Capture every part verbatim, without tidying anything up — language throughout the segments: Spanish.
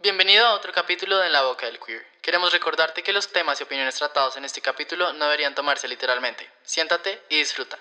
Bienvenido a otro capítulo de En la Boca del Queer. Queremos recordarte que los temas y opiniones tratados en este capítulo no deberían tomarse literalmente. Siéntate y disfruta.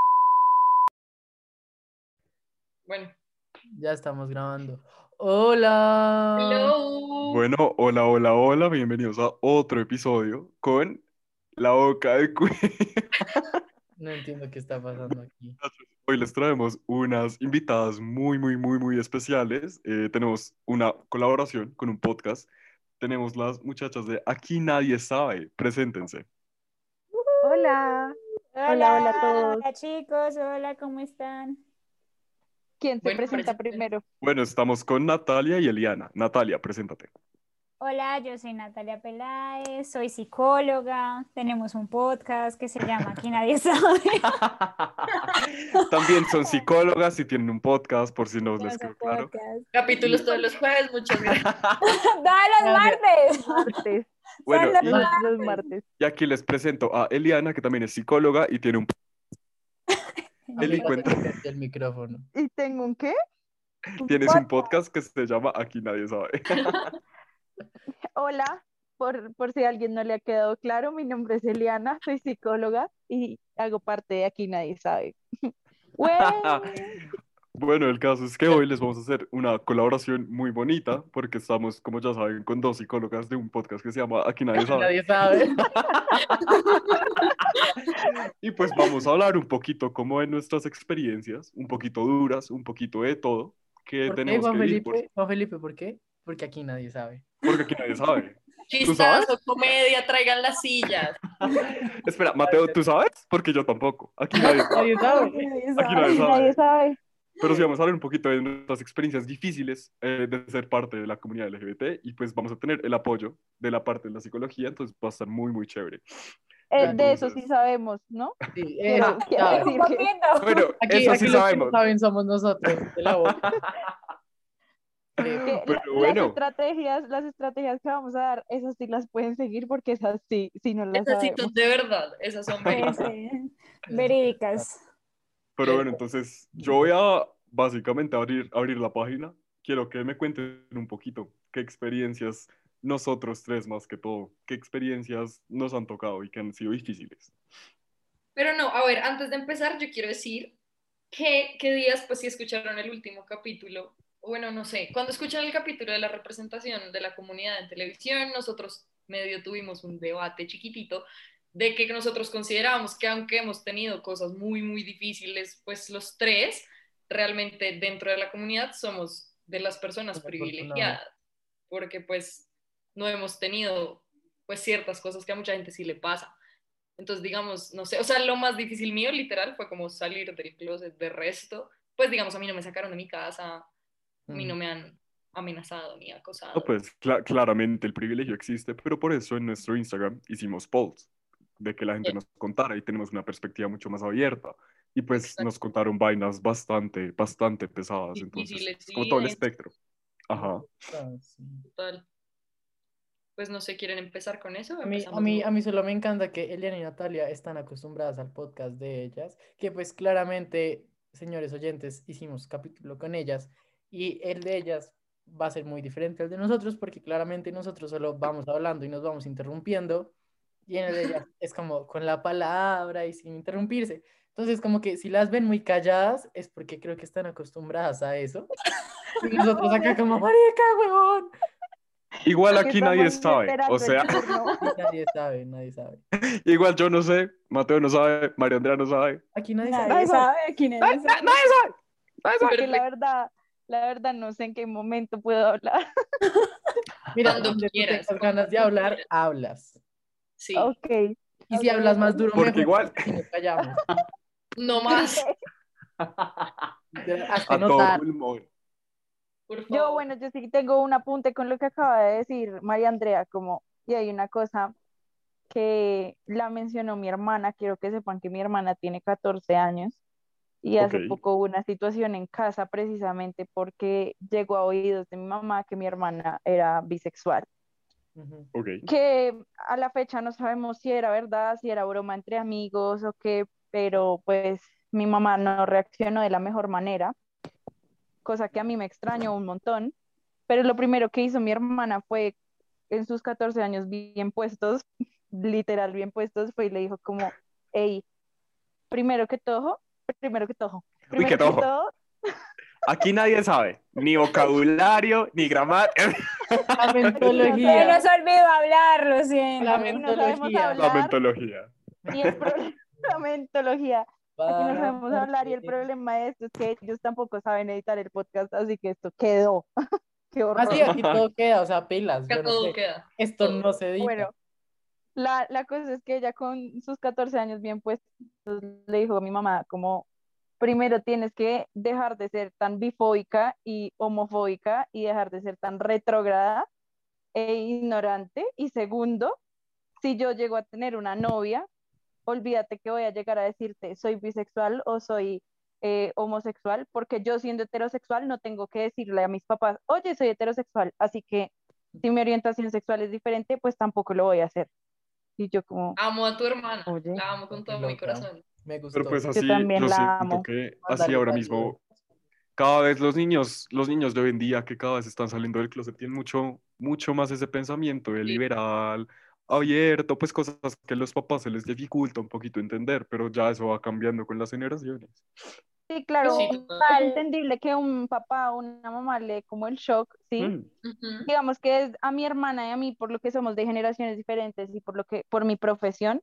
Bueno. Ya estamos grabando. ¡Hola! Hello. Bueno, hola, hola, hola, bienvenidos a otro episodio con La Boca del Queer. No entiendo qué está pasando aquí. Hoy les traemos unas invitadas muy, muy, muy, muy especiales. Eh, tenemos una colaboración con un podcast. Tenemos las muchachas de Aquí Nadie Sabe. Preséntense. Hola, Hola, hola, hola a todos. hola chicos, hola, ¿cómo están? ¿Quién se Bueno, presenta presenten. primero? Bueno, estamos con Natalia y Eliana. Natalia, preséntate. Hola, yo soy Natalia Peláez, soy psicóloga, tenemos un podcast que se llama Aquí Nadie Sabe. También son psicólogas y tienen un podcast, por si no les Tenemos quedó un claro. podcast. Capítulos todos los jueves, muchas gracias. ¡Todos los martes! Martes, Bueno, Son los y, los, martes. los martes. y aquí les presento a Eliana, que también es psicóloga y tiene un... Eli, Amiga, cuenta. acércate al micrófono. ¿Y tengo un qué? Tienes un podcast que se llama Aquí Nadie Sabe. Hola, por, por si a alguien no le ha quedado claro, mi nombre es Eliana, soy psicóloga y hago parte de Aquí Nadie Sabe. ¡Güey! Bueno, el caso es que hoy les vamos a hacer una colaboración muy bonita porque estamos, como ya saben, con dos psicólogas de un podcast que se llama Aquí Nadie Sabe. Nadie sabe. Y pues vamos a hablar un poquito como de nuestras experiencias, un poquito duras, un poquito de todo, que ¿Por qué, tenemos Juan que vivir por- Felipe? Juan Felipe, ¿por qué? Porque aquí nadie sabe. porque aquí nadie sabe. Chistazo, comedia, traigan las sillas. Espera, Mateo, ¿tú sabes? Porque yo tampoco. Aquí nadie sabe. Nadie sabe. Aquí Nadie Aquí Sabe. nadie Aquí sabe. Nadie sabe. Pero sí vamos a hablar un poquito de nuestras experiencias difíciles eh, de ser parte de la comunidad L G B T y pues vamos a tener el apoyo de la parte de la psicología, entonces va a estar muy, muy chévere. Eh, de eso Entonces- sí sabemos, ¿no? Sí, Quiero, eh, quiero sabe. Un decir que poquito. Bueno, Aquí, eso aquí sí los que sabemos. no saben somos nosotros, de la boca. Eh, que Pero la- bueno. las estrategias, las estrategias que vamos a dar, esas sí las pueden seguir porque esas sí, sí no las Esas sí sabemos. son de verdad, esas son Sí, verídicas. sí. Verídicas. Pero bueno, entonces yo voy a básicamente abrir, abrir la página. Quiero que me cuenten un poquito qué experiencias nosotros tres más que todo, qué experiencias nos han tocado y que han sido difíciles. Pero no, a ver, antes de empezar, yo quiero decir que, qué días, pues si escucharon el último capítulo, o bueno, no sé, cuando escuchan el capítulo de la representación de la comunidad en televisión, nosotros medio tuvimos un debate chiquitito de que nosotros considerábamos que aunque hemos tenido cosas muy, muy difíciles, pues los tres, realmente dentro de la comunidad somos de las personas Muy privilegiadas, porque pues no hemos tenido pues ciertas cosas que a mucha gente sí le pasa. Entonces, digamos, no sé, o sea, lo más difícil mío, literal, fue como salir del closet. De resto, pues, digamos, a mí no me sacaron de mi casa, a mí no me han amenazado ni No, acosado. pues cla- claramente el privilegio existe, pero por eso en nuestro Instagram hicimos polls de que la gente Sí. nos contara y tenemos una perspectiva mucho más abierta. Y pues Exacto. nos contaron vainas bastante, bastante pesadas, entonces Difíciles, es como todo el sí, espectro. Ajá. Ah, sí. total. Pues no sé, ¿quieren empezar con eso? A mí, a, Empezamos mí, luego. a mí solo me encanta que Eliana y Natalia están acostumbradas al podcast de ellas, que pues claramente, señores oyentes, hicimos capítulo con ellas y el de ellas va a ser muy diferente al de nosotros porque claramente nosotros solo vamos hablando y nos vamos interrumpiendo y en el de ellas es como con la palabra y sin interrumpirse. Entonces como que si las ven muy calladas es porque creo que están acostumbradas a eso. Y nosotros acá como, marica, huevón. Igual Que aquí nadie estamos sabe, esperando o el sea, turno. Sí, nadie sabe, nadie sabe. igual yo no sé, Mateo no sabe, María Andrea no sabe. Aquí nadie sabe. Nadie Nadie sabe. sabe, aquí nadie ¡Nadie sabe. sabe! ¡Nadie sabe! Porque la verdad, la verdad no sé en qué momento puedo hablar. Mira, Cuando donde tú quieras, tengas cuando ganas de tú hablar, quieras. hablas. Sí, Ok. Y si Ok, hablas más ok. duro, Porque mejor, igual- porque si nos callamos. no más, Hazte A todo notar. pulmón. por favor. Yo, bueno, yo sí tengo un apunte con lo que acaba de decir María Andrea, como, y hay una cosa que la mencionó mi hermana, quiero que sepan que mi hermana tiene catorce años y hace Ok. poco hubo una situación en casa precisamente porque llegó a oídos de mi mamá que mi hermana era bisexual, Ujú. Ok. que a la fecha no sabemos si era verdad, si era broma entre amigos o qué, pero pues mi mamá no reaccionó de la mejor manera, cosa que a mí me extrañó un montón. pero lo primero que hizo mi hermana fue en sus catorce años bien puestos, literal bien puestos, fue y le dijo como, hey, primero que todo, primero que todo, Uy, qué primero que tojo. todo, Aquí nadie sabe, ni vocabulario, ni gramática. Lamentología. Se nos olvidó hablar, lo siento. aquí no sabemos Lamentología. hablar Lamentología. y el problema, lamentología, aquí no Para sabemos hablar y el partir. problema de esto es que ellos tampoco saben editar el podcast, así que esto quedó, qué Así horror. aquí todo queda, o sea, pilas, Acá yo no todo sé. queda. Esto todo. no se edita. Bueno, la, la cosa es que ella con sus catorce años bien puestos le dijo a mi mamá como, primero tienes que dejar de ser tan bifóbica y homofóbica y dejar de ser tan retrógrada e ignorante. Y segundo, si yo llego a tener una novia, olvídate que voy a llegar a decirte soy bisexual o soy eh, homosexual, porque yo siendo heterosexual no tengo que decirle a mis papás, oye, soy heterosexual, así que si mi orientación sexual es diferente, pues tampoco lo voy a hacer. Y yo como, Amo a tu hermana, oye, la amo con Qué todo mi loca. corazón. Me Pero gustó. pues yo así, también yo la siento amo. que así Mándale ahora saludos. mismo, cada vez los niños, los niños de hoy en día que cada vez están saliendo del closet tienen mucho, mucho más ese pensamiento de Sí. liberal, abierto, pues cosas que a los papás se les dificulta un poquito entender, pero ya eso va cambiando con las generaciones. Sí, claro, Sí, es total. entendible que un papá o una mamá le dé como el shock, ¿sí? Mm. Ujú. Digamos que es a mi hermana y a mí, por lo que somos de generaciones diferentes y por lo que, por mi profesión,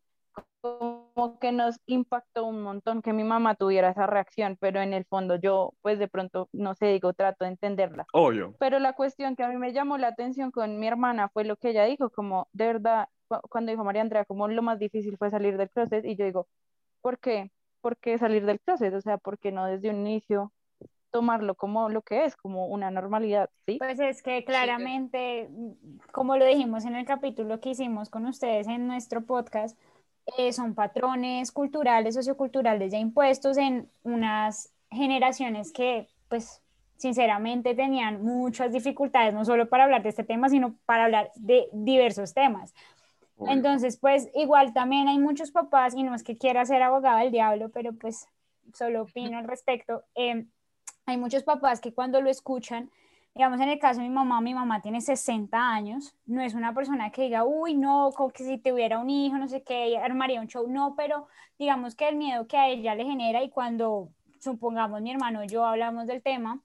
como que nos impactó un montón que mi mamá tuviera esa reacción, pero en el fondo yo, pues de pronto, no sé, digo, trato de entenderla. Obvio. Pero la cuestión que a mí me llamó la atención con mi hermana fue lo que ella dijo, como de verdad, cu- cuando dijo María Andrea, como lo más difícil fue salir del closet, y yo digo, ¿por qué? ¿Por qué salir del closet? O sea, ¿por qué no desde un inicio tomarlo como lo que es, como una normalidad, ¿sí? Pues es que Sí, claramente, mm, como lo dijimos en el capítulo que hicimos con ustedes en nuestro podcast, eh, son patrones culturales, socioculturales ya impuestos en unas generaciones que, pues, sinceramente tenían muchas dificultades, no solo para hablar de este tema, sino para hablar de diversos temas. obvio. Entonces, pues, igual también hay muchos papás, y no es que quiera ser abogada del diablo, pero pues solo opino al respecto. eh, hay muchos papás que cuando lo escuchan, digamos en el caso de mi mamá, mi mamá tiene sesenta años, no es una persona que diga, uy, no, como que si tuviera un hijo, no sé qué, armaría un show, no, pero digamos que el miedo que a ella le genera y cuando, supongamos, mi hermano y yo hablamos del tema,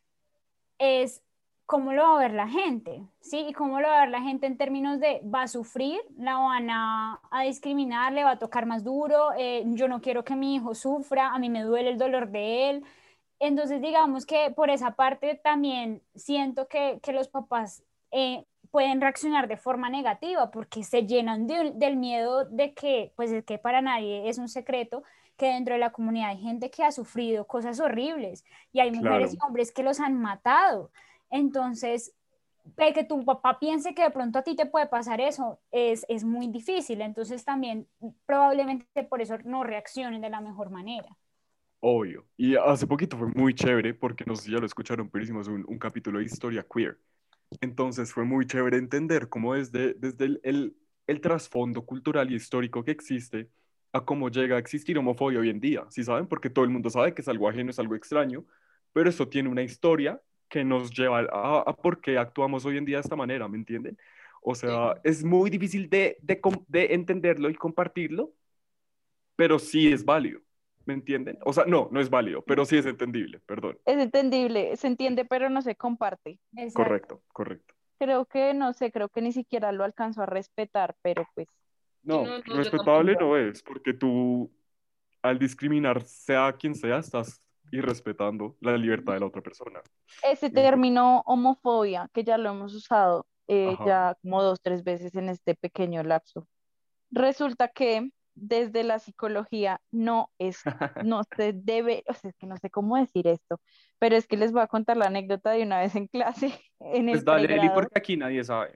es cómo lo va a ver la gente, ¿sí? Y cómo lo va a ver la gente en términos de, va a sufrir, la van a, a discriminar, le va a tocar más duro, eh, yo no quiero que mi hijo sufra, a mí me duele el dolor de él. Entonces, digamos que por esa parte también siento que, que los papás eh, pueden reaccionar de forma negativa porque se llenan de- del miedo de que, pues es que para nadie es un secreto que dentro de la comunidad hay gente que ha sufrido cosas horribles y hay mujeres y Claro. hombres que los han matado. Entonces, de que tu papá piense que de pronto a ti te puede pasar eso es, es muy difícil. Entonces, también probablemente por eso no reaccionen de la mejor manera. Obvio. Y hace poquito fue muy chévere porque no sé si ya lo escucharon, pero hicimos un, un capítulo de historia queer. Entonces fue muy chévere entender cómo desde, desde el, el, el trasfondo cultural y histórico que existe a cómo llega a existir homofobia hoy en día. ¿Sí saben? Porque todo el mundo sabe que es algo ajeno, es algo extraño, pero eso tiene una historia que nos lleva a, a por qué actuamos hoy en día de esta manera, ¿me entienden? O sea, sí. es muy difícil de, de, com- de entenderlo y compartirlo, pero sí es válido, ¿me entienden? O sea, no, no es válido, pero sí es entendible, perdón. Es entendible, se entiende, pero no se comparte. Exacto. Correcto, correcto. Creo que, no sé, creo que ni siquiera lo alcanzo a respetar, pero pues, Sí, No, no, no, yo respetable tampoco. no es, porque tú al discriminar, sea quien sea, estás irrespetando la libertad de la otra persona. ese Y pues, término homofobia, que ya lo hemos usado eh, ajá. ya como dos, tres veces en este pequeño lapso, resulta que desde la psicología no es, no se debe, o sea, es que no sé cómo decir esto, pero es que les voy a contar la anécdota de una vez en clase, en Pues el dale, Eli, pregrado, porque aquí nadie sabe.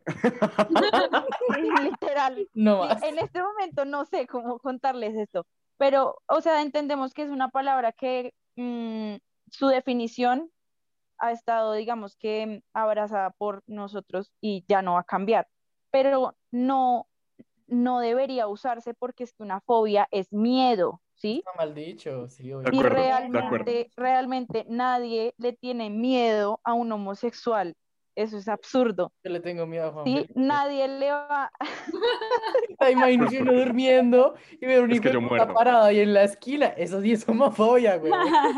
literal, No li- más. en este momento no sé cómo contarles esto, pero, o sea, entendemos que es una palabra que mm, su definición ha estado, digamos que, abrazada por nosotros y ya no va a cambiar, pero no, no debería usarse porque es que una fobia es miedo, ¿sí? Está mal dicho, sí, De Y obviamente. acuerdo, de acuerdo. realmente, realmente nadie le tiene miedo a un homosexual. eso es absurdo. Yo le tengo miedo a Juan ¿Sí? Felipe. Nadie le va... Ay, imagínese Pues uno porque- durmiendo y ver un Es hijo que de yo puta muerdo. parado ahí en la esquina. Eso sí es homofobia, güey.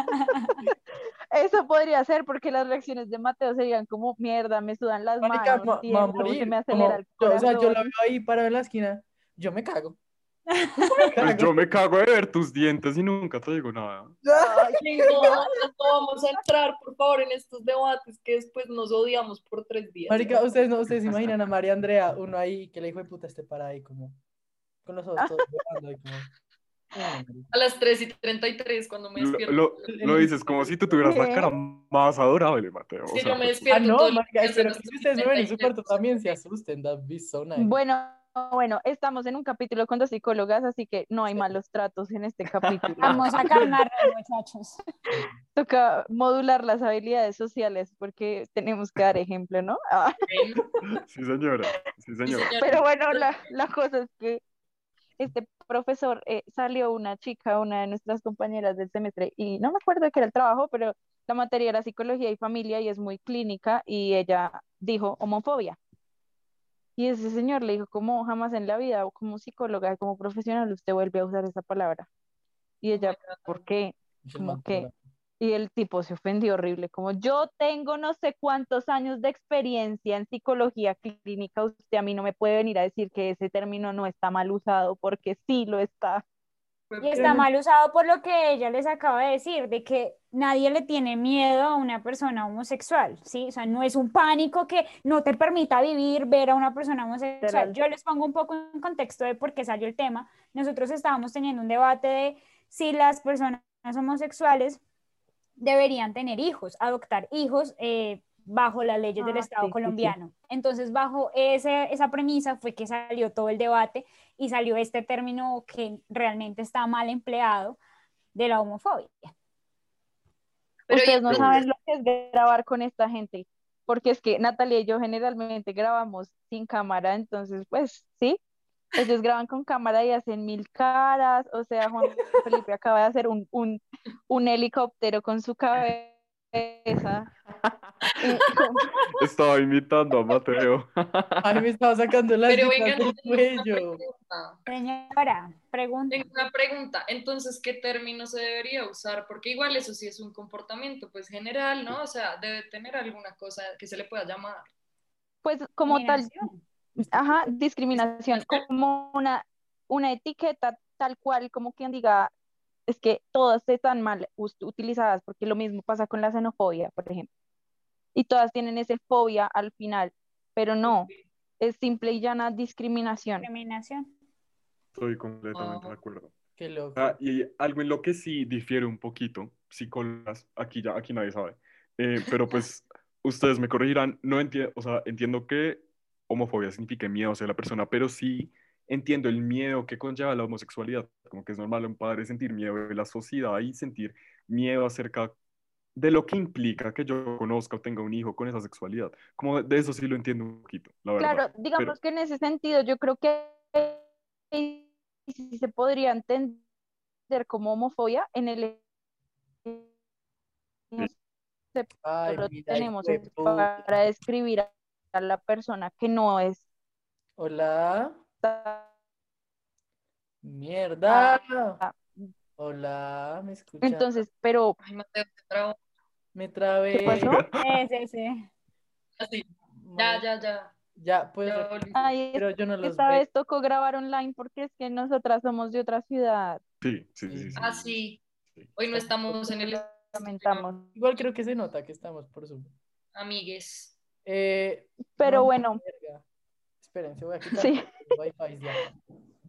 Eso podría ser porque las reacciones de Mateo serían como, mierda, me sudan las Marica, manos, ma- ma- tiemblo, se morir. me Como, acelera el yo, o sea, yo lo corazón. veo ahí parado en la esquina. Yo me cago. Yo me Pues cago. yo me cago de ver tus dientes y nunca te digo nada. Ay, no, no vamos a entrar, por favor, en estos debates que después nos odiamos por tres días. Marica, ustedes no, ustedes se imaginan a María Andrea, uno ahí que le dijo de puta esté parada ahí como, con los ojos todos llorando ahí como, "Uy, no, marica". A las tres y treinta y tres cuando me Lo, despierto. lo, lo dices como si tú tuvieras la ¿Qué? cara más adorable, Mateo. Es O que sea, yo me pues, Ah, despierto no, todo el marica, día. espero que si ustedes me ven en su cuarto también se asusten, that be so nice. Bueno, bueno, estamos en un capítulo con dos psicólogas, así que no hay malos tratos en este capítulo. Vamos a calmarnos, muchachos. Toca modular las habilidades sociales porque tenemos que dar ejemplo, ¿no? Ah, sí, señora. Sí, señora. pero bueno, la, la cosa es que este profesor, eh, salió una chica, una de nuestras compañeras del semestre, y no me acuerdo de qué era el trabajo, pero la materia era psicología y familia y es muy clínica, y ella dijo homofobia. Y ese señor le dijo, como jamás en la vida, o como psicóloga, como profesional, usted vuelve a usar esa palabra. Y ella, ¿por qué? Michelle Como Mantura. que, y el tipo se ofendió horrible, como yo tengo no sé cuántos años de experiencia en psicología clínica, usted a mí no me puede venir a decir que ese término no está mal usado, porque sí lo está. Y está mal usado por lo que ella les acaba de decir, de que nadie le tiene miedo a una persona homosexual, ¿sí? O sea, no es un pánico que no te permita vivir, ver a una persona homosexual. Literal. Yo les pongo un poco en contexto de por qué salió el tema. Nosotros estábamos teniendo un debate de si las personas homosexuales deberían tener hijos, adoptar hijos, eh, bajo las leyes del Ah, Estado sí, sí, sí. colombiano. Entonces, bajo ese, esa premisa fue que salió todo el debate y salió este término que realmente está mal empleado de la homofobia. Pero Ustedes y no entonces- saben lo que es grabar con esta gente, porque es que Natalia y yo generalmente grabamos sin cámara, entonces pues sí, ellos graban con cámara y hacen mil caras, o sea, Juan Felipe acaba de hacer un, un, un helicóptero con su cabeza. Eh, como- Estaba imitando a Mateo. Ay, me estaba sacando las Pero vibras vengan, del tengo una cuello. pregunta. Señora, pregunta. Tengo una pregunta. Entonces, ¿qué término se debería usar? Porque igual eso sí es un comportamiento pues general, ¿no? O sea, debe tener alguna cosa que se le pueda llamar. pues como tal, Discriminación. ajá, discriminación, como una, una etiqueta tal cual, como quien diga, es que todas están mal us- utilizadas, porque lo mismo pasa con la xenofobia, por ejemplo, y todas tienen ese fobia al final, pero no, es simple y llana discriminación. Discriminación. Estoy completamente de Oh. acuerdo. Qué loco. Ah, y algo en lo que sí difiere un poquito, psicólogas, aquí ya, aquí nadie sabe, eh, pero pues ustedes me corregirán, no entiendo, o sea, entiendo que homofobia significa miedo hacia la persona, pero sí entiendo el miedo que conlleva la homosexualidad, como que es normal a un padre sentir miedo de la sociedad y sentir miedo acerca de lo que implica que yo conozca o tenga un hijo con esa sexualidad, como de eso sí lo entiendo un poquito, la verdad. Claro, digamos Pero- que en ese sentido yo creo que sí se podría entender como homofobia en el Ay, lo mira, tenemos hijo de es puta. para describir a a la persona que no está Hola. Mierda. Hola, ¿me escucha? entonces, pero Ay, Mateo, te trabo. Me trabé. ¿qué pasó? Sí, sí, sí. Así. Madre- Ya, ya, ya. Ya, pues, Ya volví. Ay, pero yo no los esta veo. vez tocó grabar online porque es que nosotras somos de otra ciudad, Sí, sí, sí, sí. Ah, sí. Sí. Hoy no estamos en el lamentamos. Igual creo que se nota que estamos por Zoom. amigues. Eh, Pero no, bueno, verga. Espérense, voy a quitar sí. los wifi de acá.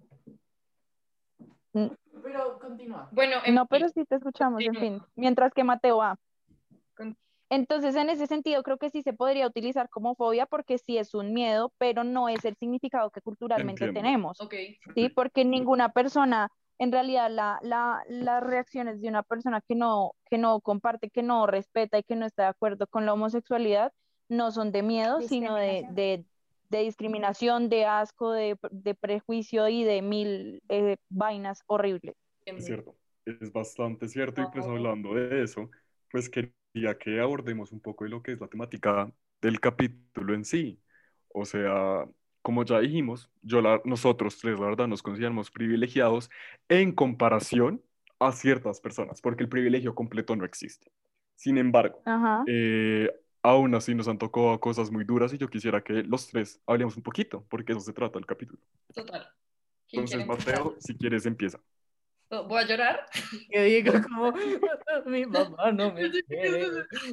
Mm. Pero continúa. Bueno, en No, fin, pero sí te escuchamos, en fin, mientras que Mateo va. Entonces, en ese sentido, creo que sí se podría utilizar como fobia porque sí es un miedo, pero no es el significado que culturalmente Entiendo. tenemos, ok. ¿sí? Porque ninguna persona, en realidad, la, la, las reacciones de una persona que no, que no comparte, que no respeta y que no está de acuerdo con la homosexualidad, no son de miedo, sino de, Discriminación. de, de discriminación, de asco, de, de prejuicio y de mil eh, vainas horribles. Es cierto, es bastante cierto. Y pues Wow. hablando de eso, pues quería que abordemos un poco de lo que es la temática del capítulo en sí. O sea, como ya dijimos, yo la- nosotros tres, la verdad, nos consideramos privilegiados en comparación a ciertas personas, porque el privilegio completo no existe. Sin embargo, Ajá. eh, aún así nos han tocado cosas muy duras y yo quisiera que los tres hablemos un poquito, porque eso se trata el capítulo. Total. ¿Quién quiere Entonces, empezar? Mateo, si quieres, empieza. Oh, ¿voy a llorar? Que digo como, mi mamá no me quiere.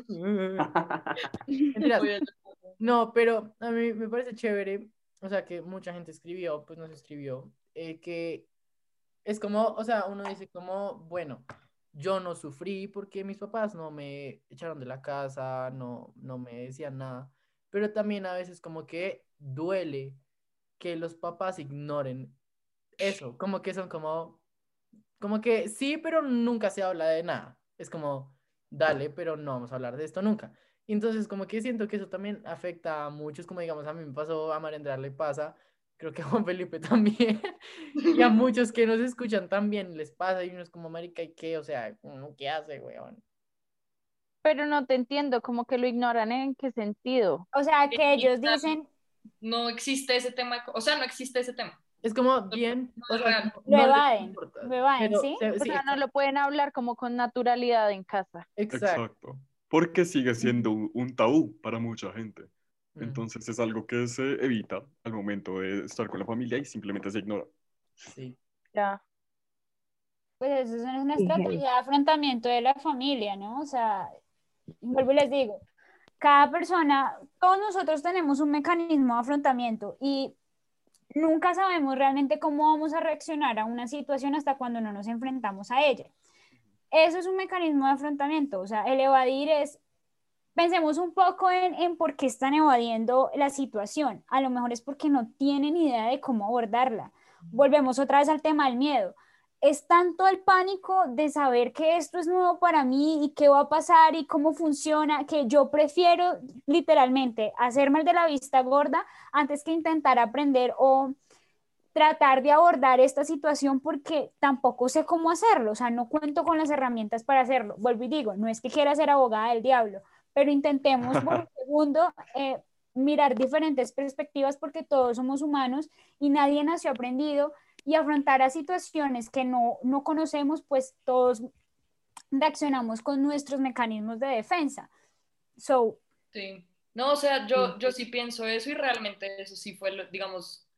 Mentiras. Voy a llorar. No, pero a mí me parece chévere, o sea, que mucha gente escribió, pues nos escribió, eh, que es como, o sea, uno dice como, bueno, yo no sufrí porque mis papás no me echaron de la casa, no, no me decían nada, pero también a veces como que duele que los papás ignoren eso, como que son como, como que sí, pero nunca se habla de nada. Es como, dale, pero no vamos a hablar de esto nunca. Y entonces, como que siento que eso también afecta a muchos, como digamos, a mí me pasó, a Marendra le pasa, creo que a Juan Felipe también, y a muchos que nos escuchan también les pasa, y uno es como, marica, ¿y qué? O sea, uno, ¿qué hace, weón? Pero no te entiendo, como que lo ignoran en qué sentido. O sea, Eh, que ellos literal, dicen, no existe ese tema, o sea, no existe ese tema. Es como, No, bien, no o es sea, real. como, lo no les evaden, importa, lo evaden, pero, ¿sí? se- O sí, sea, no exacto, lo pueden hablar como con naturalidad en casa. exacto. Exacto. Porque sigue siendo un, un tabú para mucha gente. Ujú, Entonces es algo que se evita al momento de estar con la familia y simplemente se ignora. sí. Ya. Pues eso es una Sí, heavy. estrategia de afrontamiento de la familia, ¿no? O sea, vuelvo y les digo, cada persona, todos nosotros tenemos un mecanismo de afrontamiento y nunca sabemos realmente cómo vamos a reaccionar a una situación hasta cuando no nos enfrentamos a ella. Eso es un mecanismo de afrontamiento, o sea, el evadir es, pensemos un poco en, en por qué están evadiendo la situación. A lo mejor es porque no tienen idea de cómo abordarla. Volvemos otra vez al tema del miedo. Es tanto el pánico de saber que esto es nuevo para mí y qué va a pasar y cómo funciona, que yo prefiero literalmente hacerme el de la vista gorda antes que intentar aprender o tratar de abordar esta situación porque tampoco sé cómo hacerlo, o sea, no cuento con las herramientas para hacerlo. Vuelvo y digo, no es que quiera ser abogada del diablo, pero intentemos por un segundo eh, mirar diferentes perspectivas porque todos somos humanos y nadie nació aprendido y afrontar a situaciones que no, no conocemos, pues todos reaccionamos con nuestros mecanismos de defensa. So, Sí. No, o sea, Sí. yo, yo sí pienso eso y realmente eso sí fue, lo, digamos,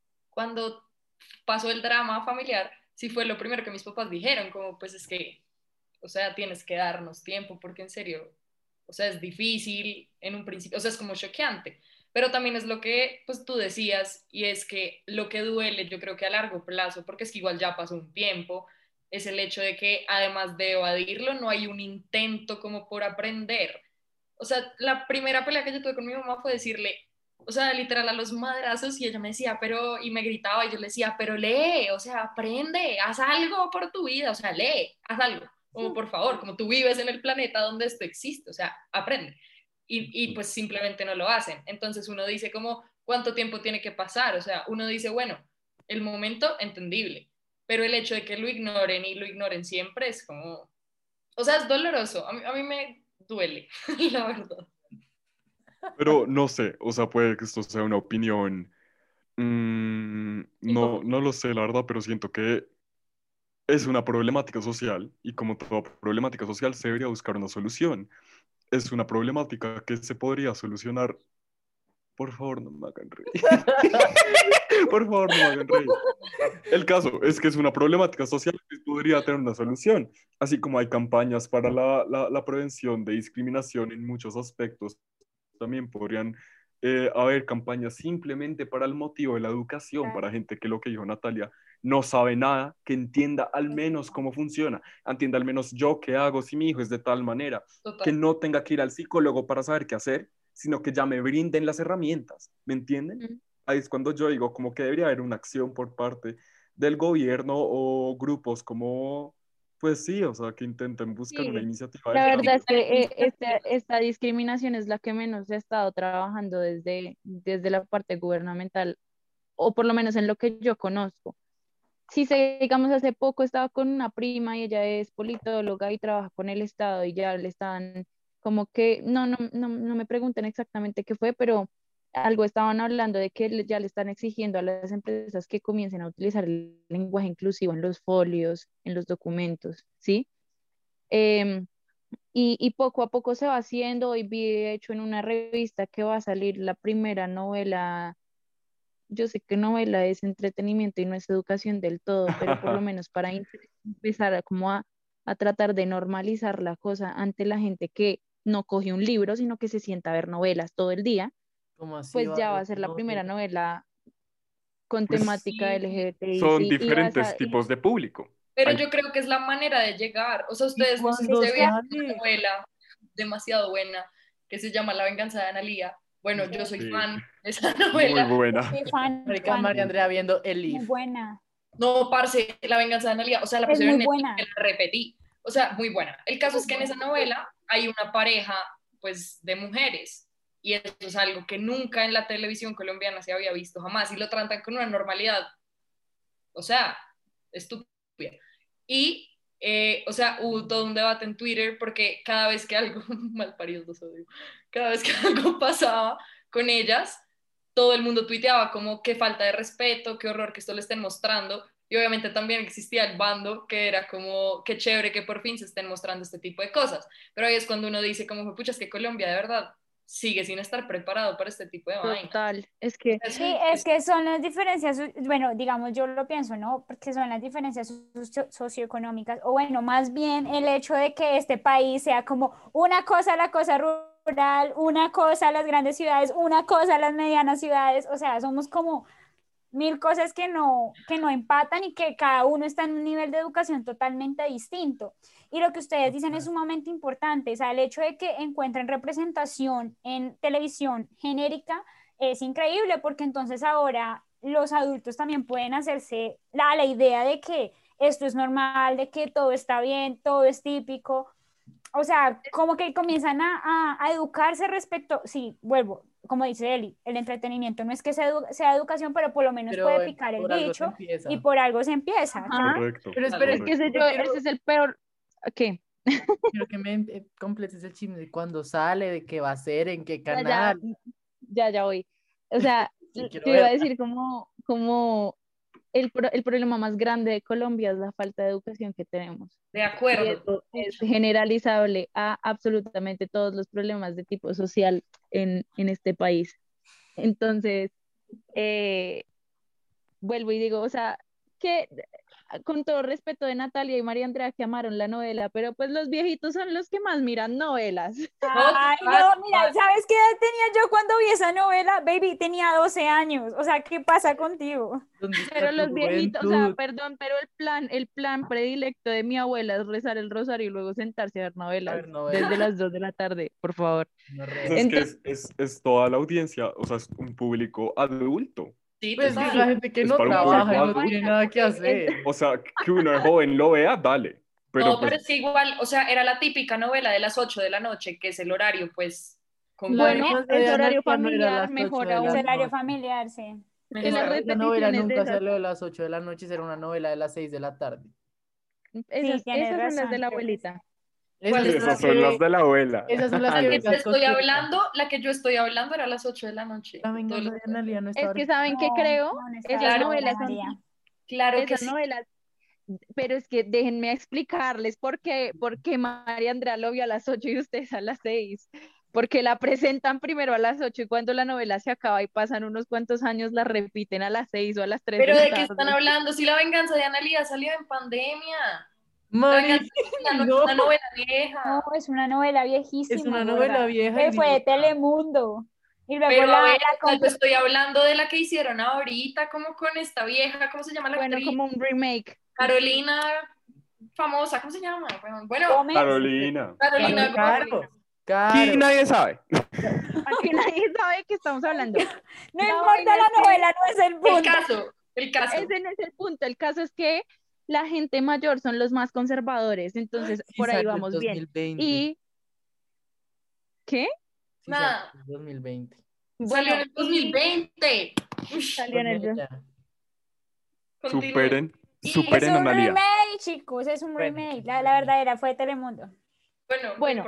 cuando pasó el drama familiar, sí fue lo primero que mis papás dijeron, como pues es que, o sea, tienes que darnos tiempo porque en serio, o sea, es difícil en un principio, o sea, es como choqueante, pero también es lo que pues tú decías y es que lo que duele yo creo que a largo plazo, porque es que igual ya pasó un tiempo, es el hecho de que además de evadirlo no hay un intento como por aprender. O sea, la primera pelea que yo tuve con mi mamá fue decirle, o sea, literal a los madrazos y ella me decía, pero, y me gritaba y yo le decía, pero lee, o sea, aprende, haz algo por tu vida, o sea, lee, haz algo, como por favor, como tú vives en el planeta donde esto existe, o sea, aprende. Y, y pues simplemente no lo hacen. Entonces uno dice como, ¿cuánto tiempo tiene que pasar? O sea, uno dice, bueno, el momento entendible, pero el hecho de que lo ignoren y lo ignoren siempre es como, o sea, es doloroso, a mí, a mí me duele, la verdad. Pero no sé, o sea, puede que esto sea una opinión. mm, no, Impopular. no lo sé, la verdad, pero siento que es una problemática social y como toda problemática social se debería buscar una solución. Es una problemática que se podría solucionar. Por favor, no me hagan reír. Por favor, no me hagan reír. El caso es que es una problemática social que podría tener una solución, así como hay campañas para la, la, la prevención de discriminación en muchos aspectos, también podrían eh, haber campañas simplemente para el motivo de la educación, para gente que lo que dijo Natalia no sabe nada, que entienda al menos cómo funciona, entienda al menos yo qué hago si mi hijo es de tal manera, que Total. no tenga que ir al psicólogo para saber qué hacer, sino que ya me brinden las herramientas, ¿me entienden? Mm. Ahí es cuando yo digo como que debería haber una acción por parte del gobierno o grupos como, pues sí, o sea, que intenten buscar una Sí, iniciativa de la ese verdad es ámbito. que eh, esta, esta discriminación es la que menos se ha estado trabajando desde, desde la parte gubernamental, o por lo menos en lo que yo conozco. Si se, digamos, hace poco estaba con una prima y ella es politóloga y trabaja con el Estado y ya le están como que, no, no, no, no me pregunten exactamente qué fue, pero algo estaban hablando de que le- ya le están exigiendo a las empresas que comiencen a utilizar el lenguaje inclusivo en los folios, en los documentos, ¿sí? Em, y, y poco a poco se va haciendo. Hoy vi, de hecho, en una revista que va a salir la primera novela. Yo sé que novela es entretenimiento y no es educación del todo, pero por lo menos para in- empezar a, como a, a tratar de normalizar la cosa ante la gente que no coge un libro, sino que se sienta a ver novelas todo el día, ¿Cómo así pues va a ya va haber a ser la primera novela? novela con Pues temática Sí, LGBTI, son sí, y vas diferentes a, y- tipos de público. pero Hay, yo creo que es la manera de llegar. O sea, ¿Y ustedes no sé si cuándo se vieron una sale? novela demasiado buena que se llama La venganza de Analía. Bueno, yo soy sí, fan de esa muy novela. Yo buena. soy fan, Marica, fan, María Andrea viendo el muy Leaf. buena. No, parce, La venganza de Analía. O sea, la Es pusieron muy en Netflix, buena. que la repetí. O sea, muy buena. El caso es que en esa novela hay una pareja, pues, de mujeres. Y eso es algo que nunca en la televisión colombiana se había visto jamás. Y lo tratan con una normalidad, o sea, estúpida. Y, eh, o sea, hubo todo un debate en Twitter porque cada vez que algo, mal paridos los odio, cada vez que algo pasaba con ellas, todo el mundo tuiteaba como qué falta de respeto, qué horror que esto le estén mostrando. Y obviamente también existía el bando que era como, qué chévere que por fin se estén mostrando este tipo de cosas. Pero ahí es cuando uno dice como, pucha, es que Colombia de verdad sigue sin estar preparado para este tipo de vainas. total, es que Es- Sí, es es- que son las diferencias, bueno, digamos, yo lo pienso, ¿no? Porque son las diferencias socio- socioeconómicas, o bueno, más bien el hecho de que este país sea como una cosa la cosa rural, una cosa las grandes ciudades, una cosa las medianas ciudades, o sea, somos como mil cosas que no, que no empatan y que cada uno está en un nivel de educación totalmente distinto. Y lo que ustedes dicen es sumamente importante, o sea, el hecho de que encuentren representación en televisión genérica es increíble porque entonces ahora los adultos también pueden hacerse la, la idea de que esto es normal, de que todo está bien, todo es típico, o sea, como que comienzan a, a, a educarse respecto, sí, vuelvo, como dice Eli, el entretenimiento no es que sea, edu sea educación, pero por lo menos puede Pero eh, picar el por algo se bicho y empieza. por algo se empieza. ajá, Correcto. Pero espera, es que ese, correcto. yo, quiero, ese es el peor, ¿qué? quiero que me eh, completes el chisme de cuándo sale, de qué va a ser, en qué Ya, ya, canal. ya, ya voy. O sea, Sí, quiero yo iba a ver. decir como, como el, pro- el problema más grande de Colombia es la falta de educación que tenemos. de Y acuerdo. eso es generalizable a absolutamente todos los problemas de tipo social en, en este país. Entonces, eh, vuelvo y digo, o sea, que con todo respeto de Natalia y María Andrea que amaron la novela, pero pues los viejitos son los que más miran novelas. No, Ay, total, no, mira, total. ¿sabes qué edad tenía yo cuando vi esa novela? Baby, tenía doce años, o sea, ¿qué pasa contigo? ¿Dónde está Pero tu los viejitos, o sea, juventud? perdón, pero el plan, el plan predilecto de mi abuela es rezar el rosario y luego sentarse a ver A novelas ver, desde novelas. las dos de la tarde, por favor. No O rea. sea, es que Entonces, es, es, es toda la audiencia, o sea, es un público adulto. Sí, Pues es que es total. la gente que Es no para un esa trabaja y público no vaina tiene adulto. nada que es- hacer. O sea, que uno de joven lo vea, dale. Pero No, pero pues es que igual, o sea, era la típica novela de las ocho de la noche, que es el horario, pues, La común. bueno, venganza es de horario Analia no era a familiar, las ocho mejor de Es la aún, horario noche. familiar, sí. que las Esa, esa novela repeticiones de nunca esas, salió a las ocho de la noche, era una novela de las seis de la tarde. Sí, esas, tienes esas son las de razón, la creo que sí. abuelita. Esas ¿Cuál sí, es son esa? las esas son las que, de la abuela. esas son las La que que ven te las estoy costeñas. hablando, la que yo estoy hablando era a las ocho de la noche. La Todos venganza los- de Analia no Es estaba que saben que No, creo, no, no esas estaba Claro, Ana novelas son, María. claro que esas sí. novelas, pero es que déjenme explicarles por qué, por qué María Andrea lo vio a las ocho y ustedes a las seis. Porque la presentan primero a las ocho y cuando la novela se acaba y pasan unos cuantos años, la repiten a las seis o a las tres de Pero la ¿de qué están tarde. hablando? Si La venganza de Analía salió en pandemia. La Mari, venganza de Analía no es no, una novela vieja. No, es una novela es viejísima, una gorda. novela vieja y Eh, Fue de dibujada. Telemundo. Y luego Pero la, a ver, la o sea, yo compró. estoy hablando de la que hicieron ahorita, como con esta vieja, ¿cómo se llama la Bueno, actriz? como un remake. Carolina, famosa, ¿cómo se llama? Bueno, Bueno, Gómez. Carolina. Carolina Caro, Gómez. caro, Aquí caro. nadie sabe. Aquí nadie sabe de qué estamos hablando. No La importa vaina la es que novela, no es el El punto. caso, el caso. ese no es el punto. El caso es que la gente mayor son los más conservadores, entonces Sí por ahí salió en vamos bien. dos mil veinte. ¿Y qué? Sí salió Nada, en dos mil veinte. salió en Bueno, el dos mil veinte. Ush, salió en el... Con ella. continúe. Superen, Y- Es superen a un Analia. remake, chicos, es un Bueno, remake. La, la verdadera fue de Telemundo. Bueno, no Bueno, importa.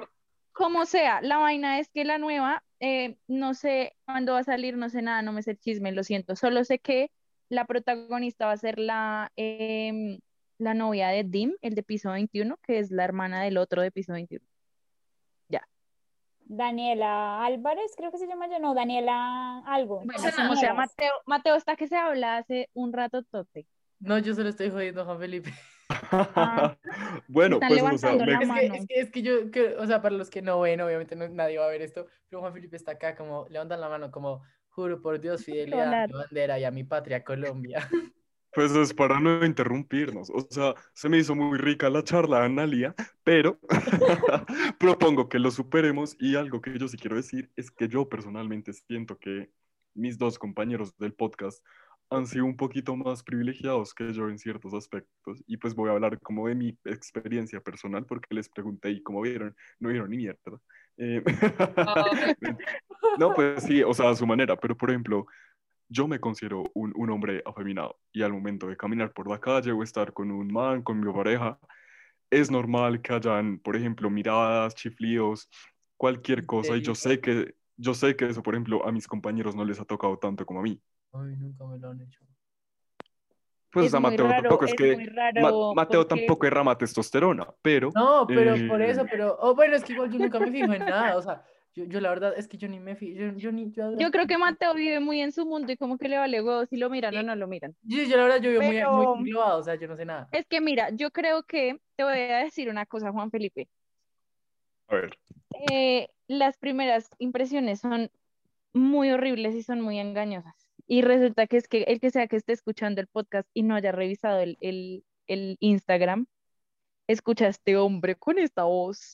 como sea, la vaina es que la nueva, eh, no sé cuándo va a salir, no sé nada, no me sé el chisme, lo siento. Solo sé que la protagonista va a ser la, em, la novia de Dim, el de piso veintiuno, que es la hermana del otro de piso veintiuno. Ya. Daniela Álvarez, creo que se llama yo, no, Daniela algo, Bueno, sé así como sea, niegas. Mateo, Mateo está que se habla hace un rato tote. No, yo solo estoy jodiendo a Juan Felipe. Ah, Bueno, están pues, o sea, levantando me, la Es que, mano. es que, es que yo, que, o sea, para los que no ven, obviamente no- nadie va a ver esto, pero Juan Felipe está acá como, levantan la mano como, juro por Dios, fidelidad a Hablar. mi bandera y a mi patria, Colombia. pues es para no interrumpirnos. O sea, se me hizo muy rica la charla, Analia, pero propongo que lo superemos y algo que yo sí quiero decir es que yo personalmente siento que mis dos compañeros del podcast han sido un poquito más privilegiados que yo en ciertos aspectos y pues voy a hablar como de mi experiencia personal porque les pregunté y como vieron, no vieron ni mierda. Eh, Ay, no, pues sí, o sea, a su manera, pero por ejemplo, yo me considero un, un hombre afeminado y al momento de caminar por la calle o estar con un man, con mi pareja, es normal que hayan, por ejemplo, miradas, chiflidos, cualquier ¿En cosa y yo serio? sé que, yo sé que eso, por ejemplo, a mis compañeros no les ha tocado tanto como a mí. Ay, nunca me lo han hecho. Pues, o Es sea, muy Mateo raro, tampoco es es que, muy Ma- raro Mateo porque tampoco derrama testosterona, pero, No, pero por eh, eso, pero, oh, bueno, es que igual yo nunca me fijo en nada, o sea, yo, yo la verdad es que yo ni me fijo, yo, yo ni, yo, a duras yo creo que penas- Mateo vive muy en su mundo y como que le vale huevo si lo miran o no lo miran. yo, yo la verdad yo vivo muy, muy Pero englobado, o sea, yo no sé nada. es que mira, yo creo que te voy a decir una cosa, Juan Felipe. a ver, Eh, las primeras impresiones son muy horribles y son muy engañosas. Y resulta que es que el que sea que esté escuchando el podcast y no haya revisado el, el, el Instagram, escucha a este hombre con esta voz,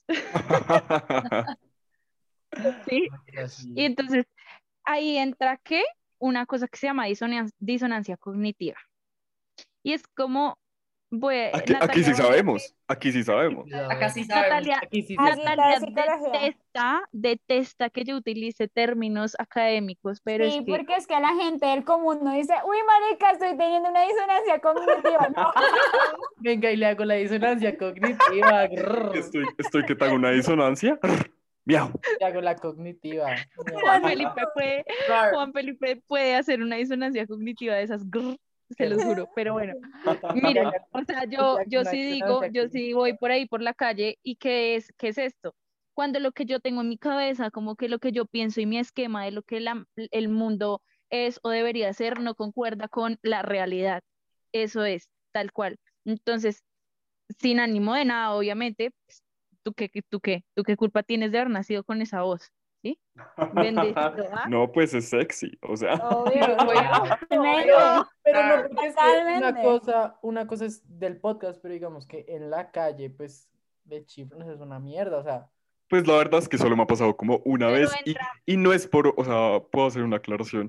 ¿sí? Y Así. entonces ahí entra que una cosa que se llama disonancia, disonancia cognitiva. Y es como, voy, aquí, aquí Natalia sí va a decir, sabemos, aquí sí sabemos. Ya acá ves. sí sabemos. Natalia, Aquí sí se sabe. Casita de Natalia psicología. detesta, detesta que yo utilice términos académicos, pero es Sí, que porque es que la gente del común no dice, uy, marica, estoy teniendo una disonancia cognitiva. No. Venga, y le hago la disonancia cognitiva. grrr, Estoy, estoy que te hago una disonancia. Miau. Le hago la cognitiva. Juan Felipe puede, Rar, Juan Felipe puede hacer una disonancia cognitiva de esas, grrr, se los juro, pero bueno, yo también miren, hago o sea, yo, yo una sí digo, disonancia yo sí voy por ahí por la calle y ¿qué es, qué es esto? Cuando lo que yo tengo en mi cabeza, como que lo que yo pienso y mi esquema de lo que la- el mundo es o debería ser, no concuerda con la realidad. Eso es, tal cual. Entonces, sin ánimo de nada, obviamente, pues, ¿tú qué, qué- tú qué, tú qué culpa tienes de haber nacido con esa voz? ¿Sí? Bendecido, ¿ah? No, pues es sexy, o sea. Obvio, Obvio, no, Pero, totalmente. pero no, claro. porque es que una Totalmente. cosa, una cosa es del podcast, pero digamos que en la calle, pues, de chiflones es una mierda, o sea, Pues la verdad es que solo me ha pasado como una Pero vez y, entra, y no es por, o sea, puedo hacer una aclaración.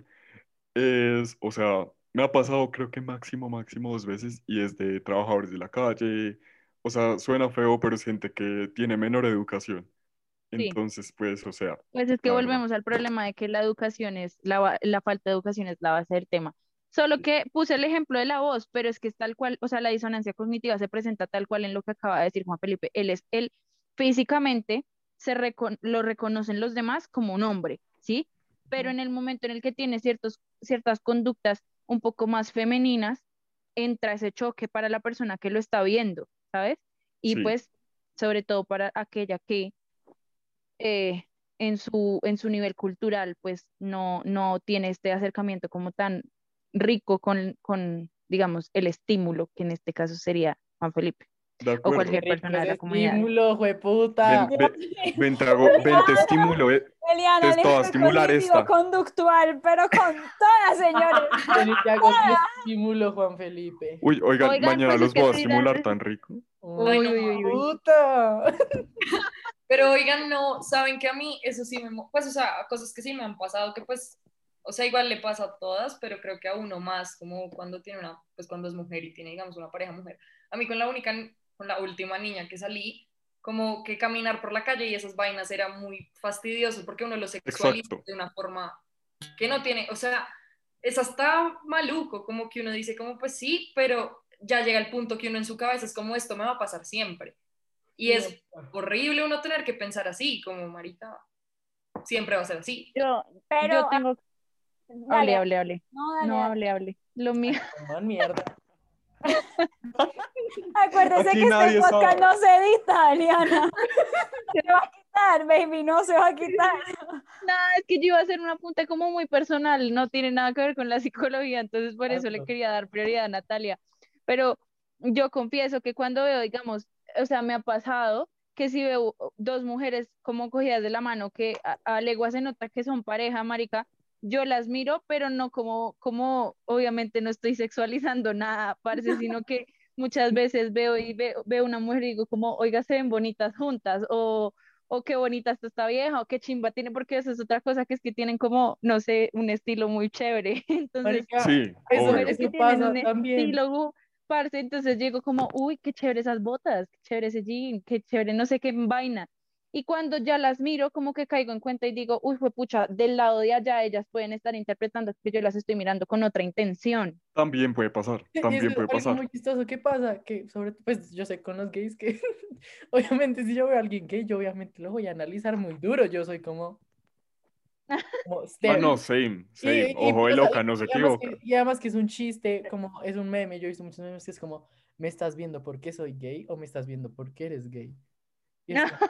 Es, o sea, me ha pasado creo que máximo, máximo dos veces y es de trabajadores de la calle. O sea, suena feo, pero es gente que tiene menor educación. sí. Entonces, pues, o sea, Pues es que la verdad. volvemos al problema de que la educación es, la, ba- la falta de educación es la base del tema. Solo que puse el ejemplo de la voz, pero es que es tal cual, o sea, la disonancia cognitiva se presenta tal cual en lo que acaba de decir Juan Felipe. Él es, él físicamente se recon- lo reconocen los demás como un hombre, ¿sí? Pero en el momento en el que tiene ciertos, ciertas conductas un poco más femeninas, entra ese choque para la persona que lo está viendo, ¿sabes? Y Sí, pues, sobre todo para aquella que eh, en su, en su nivel cultural, pues no, no tiene este acercamiento como tan rico con, con, digamos, el estímulo, que en este caso sería Juan Felipe de o qué acuerdo. cualquier rico persona de ese la comunidad. estímulo, jueputa. Ven, Dios ven, mío. ven, te hago- ven, te Eliana, estimulo, eh, Eliana, te, te voy a nivel estimular cognitivo esta. conductual, pero con todas, señores, con Ven y te hago tu estímulo, Juan Felipe. Uy, oigan, Oigan, mañana pues es los que voy a tuvieran... estimular tan rico. Ay, Uy, no, uy, uy, uy. Puta. pero oigan, no, saben que a mí eso sí me, mo- pues, o sea, cosas que sí me han pasado, que pues, o sea, igual le pasa a todas, pero creo que a uno más, como cuando tiene una, pues cuando es mujer y tiene, digamos, una pareja mujer. A mí con la única, con la última niña que salí, como que caminar por la calle y esas vainas era muy fastidioso porque uno lo sexualiza Exacto. de una forma que no tiene, o sea, es hasta maluco, como que uno dice como, pues sí, pero ya llega el punto que uno en su cabeza es como, esto me va a pasar siempre. Y es horrible uno tener que pensar así, como marica, siempre va a ser así. Yo, Pero, yo tengo... dale, Hable, hable, hable. no, dale, No, dale. hable, hable. Lo mío. Man, mierda. Acuérdese Aquí que este nadie podcast sabe. no se edita, Eliana. Se va a quitar, baby, no se va a quitar. Nada, es que yo iba a hacer un apunte como muy personal, no tiene nada que ver con la psicología, entonces por eso le Hazlo. quería dar prioridad a Natalia. Pero yo confieso que cuando veo, digamos, o sea, me ha pasado que si veo dos mujeres como cogidas de la mano, que a, a legua se nota que son pareja, marica, yo las miro, pero no como, como, obviamente no estoy sexualizando nada, parce, sino que muchas veces veo y veo, veo una mujer y digo como, oiga, se ven bonitas juntas, o o qué bonita está esta vieja, o qué chimba tiene, porque eso es otra cosa, que es que tienen como, no sé, un estilo muy chévere. Entonces, Marica, Sí, hay eso, obvio. mujeres que eso tienen pasa un también. estilo, gu- parce, entonces llego como, uy, qué chévere esas botas, qué chévere ese jean, qué chévere no sé qué vaina. Y cuando ya las miro, como que caigo en cuenta y digo, uy, fue pucha, del lado de allá ellas pueden estar interpretando que yo las estoy mirando con otra intención. También puede pasar, Y eso también es puede algo pasar. muy chistoso. ¿Qué pasa? Que sobre pues yo sé con los gays que obviamente si yo veo a alguien gay, yo obviamente lo voy a analizar muy duro. Yo soy como, como Ah, stare. no, same, Y, same. y, Ojo de o sea, loca, no se y además equivoca. que, y además que es un chiste, como es un meme. Yo he visto muchos memes que es como, ¿me estás viendo porque soy gay o me estás viendo porque eres gay? Y es como,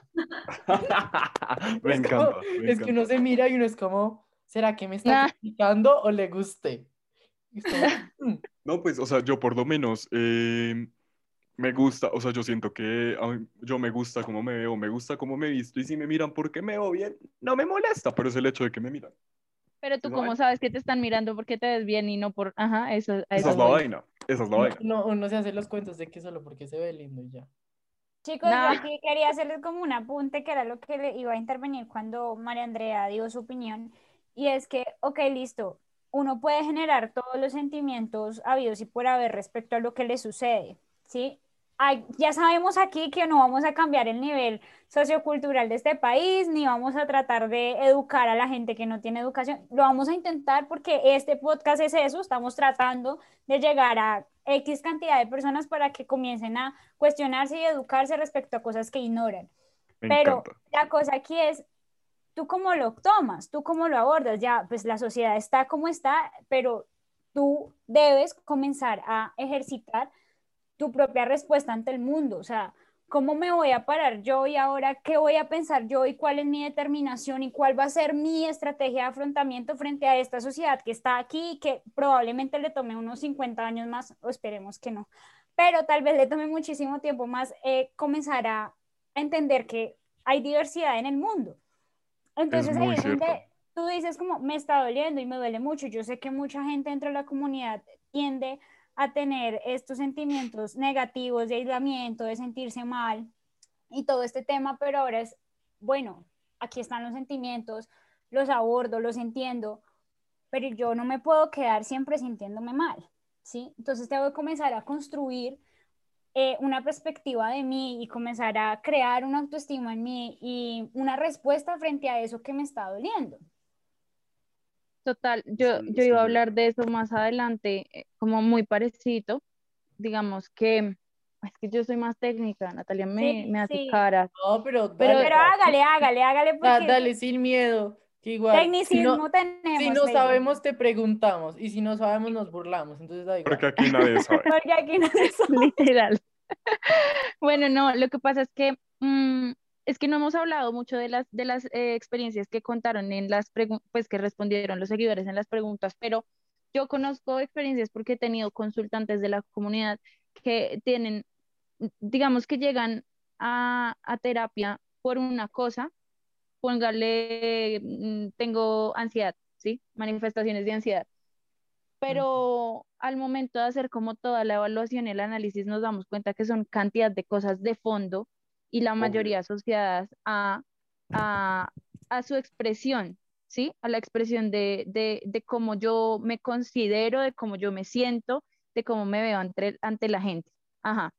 Me es como, encanta, me es que uno encanta. se mira y uno es como, ¿será que me está Nah, criticando o le guste? Y es como, "Mm". No, pues, o sea, yo por lo menos eh, me gusta, o sea, yo siento que a mí- yo me gusta cómo me veo, me gusta cómo me visto, y si me miran porque me veo bien, no me molesta, pero es el hecho de que me miran. pero ¿Sí tú cómo saben? sabes que te están mirando porque te ves bien y no por, ajá, eso, a Esa eso es la voy. vaina, esa es la Uno, vaina. uno- uno se hace los cuentos de que solo porque se ve lindo y ya. Chicos, yo Nah, aquí quería hacerles como un apunte que era lo que le iba a intervenir cuando María Andrea dio su opinión. Y es que, ok, listo, uno puede generar todos los sentimientos habidos y por haber respecto a lo que le sucede, ¿sí? Hay- ya sabemos aquí que no vamos a cambiar el nivel sociocultural de este país, ni vamos a tratar de educar a la gente que no tiene educación. Lo vamos a intentar porque este podcast es eso, estamos tratando de llegar a X cantidad de personas para que comiencen a cuestionarse y educarse respecto a cosas que ignoran. Me Pero encanta. la cosa aquí es, ¿tú cómo lo tomas? ¿Tú cómo lo abordas? Ya, pues la sociedad está como está, pero tú debes comenzar a ejercitar tu propia respuesta ante el mundo. O sea, ¿cómo me voy a parar yo y ahora qué voy a pensar yo y cuál es mi determinación y cuál va a ser mi estrategia de afrontamiento frente a esta sociedad que está aquí y que probablemente le tome unos cincuenta años más, o esperemos que no, pero tal vez le tome muchísimo tiempo más eh, comenzar a entender que hay diversidad en el mundo? Es Entonces ahí muy es donde cierto. tú dices como me está doliendo y me duele mucho. Yo sé que mucha gente dentro de la comunidad tiende a tener estos sentimientos negativos de aislamiento, de sentirse mal y todo este tema, pero ahora es, bueno, aquí están los sentimientos, los abordo, los entiendo, pero yo no me puedo quedar siempre sintiéndome mal, ¿sí? Entonces tengo que comenzar a construir eh, una perspectiva de mí y comenzar a crear una autoestima en mí y una respuesta frente a eso que me está doliendo. total, Es yo, que, yo es que iba a es hablar verdad. de eso más adelante, eh, como muy parecido, digamos que, es que yo soy más técnica, Natalia me, Sí, me hace sí, cara, No, pero pero dale, pero hágale, hágale, hágale da- porque dale sin miedo, que igual, si no, tecnicismo si tenemos, no baby. sabemos, te preguntamos, y si no sabemos, nos burlamos, entonces da igual. Porque aquí nadie sabe. Porque aquí no se sabe. literal. Bueno, no, lo que pasa es que mm, es que no hemos hablado mucho de las de las eh, experiencias que contaron en las preguntas, pues que respondieron los seguidores en las preguntas, pero yo conozco experiencias porque he tenido consultantes de la comunidad que tienen, digamos que llegan a, a terapia por una cosa, póngale, mm, tengo ansiedad, ¿sí? Manifestaciones de ansiedad, Mm. pero al momento de hacer como toda la evaluación y el análisis nos damos cuenta que son cantidad de cosas de fondo y la Obvio. mayoría asociadas a, a, a su expresión, ¿sí? A la expresión de, de, de cómo yo me considero, de cómo yo me siento, de cómo me veo ante, ante la gente. Ajá.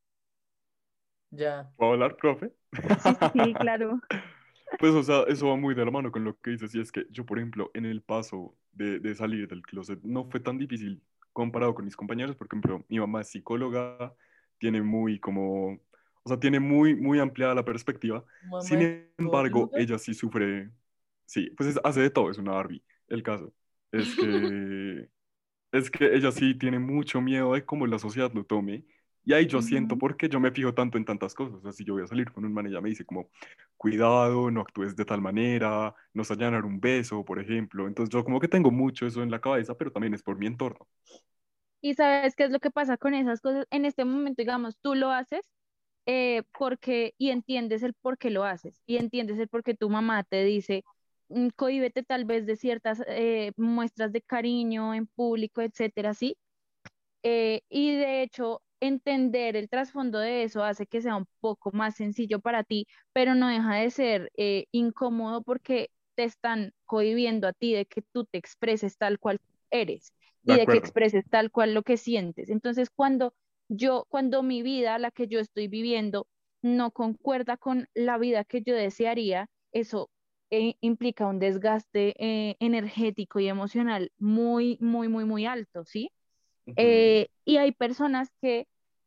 Ya. ¿Puedo hablar, profe? Sí, sí, sí, claro. Pues, o sea, eso va muy de la mano con lo que dices, y es que yo, por ejemplo, en el paso de, de salir del closet no fue tan difícil comparado con mis compañeros. Por ejemplo, mi mamá es psicóloga, tiene muy como, o O sea, tiene muy, muy ampliada la perspectiva. Mamá es Sin embargo, boluda. ella sí sufre, sí, pues es- hace de todo, es una Barbie. El caso es que, es que ella sí tiene mucho miedo de cómo la sociedad lo tome. Y ahí yo siento Ujú. por qué yo me fijo tanto en tantas cosas. O sea, si yo voy a salir con un man, ella me dice como, cuidado, no actúes de tal manera, no se vayan a dar un beso, por ejemplo. Entonces yo como que tengo mucho eso en la cabeza, pero también es por mi entorno. Y sabes qué es lo que pasa con esas cosas. En este momento, digamos, tú lo haces eh, porque, y entiendes el por qué lo haces, y entiendes el por qué tu mamá te dice, mm, cohíbete tal vez de ciertas eh, muestras de cariño en público, etcétera, ¿sí? Eh, y de hecho, entender el trasfondo de eso hace que sea un poco más sencillo para ti, pero no deja de ser eh, incómodo porque te están cohibiendo a ti de que tú te expreses tal cual eres De y de que acuerdo, expreses tal cual lo que sientes. Entonces, cuando yo, cuando mi vida, la que yo estoy viviendo, no concuerda con la vida que yo desearía, eso eh, implica un desgaste eh, energético y emocional muy, muy, muy, muy alto, ¿sí? ujú, Eh, y hay personas que,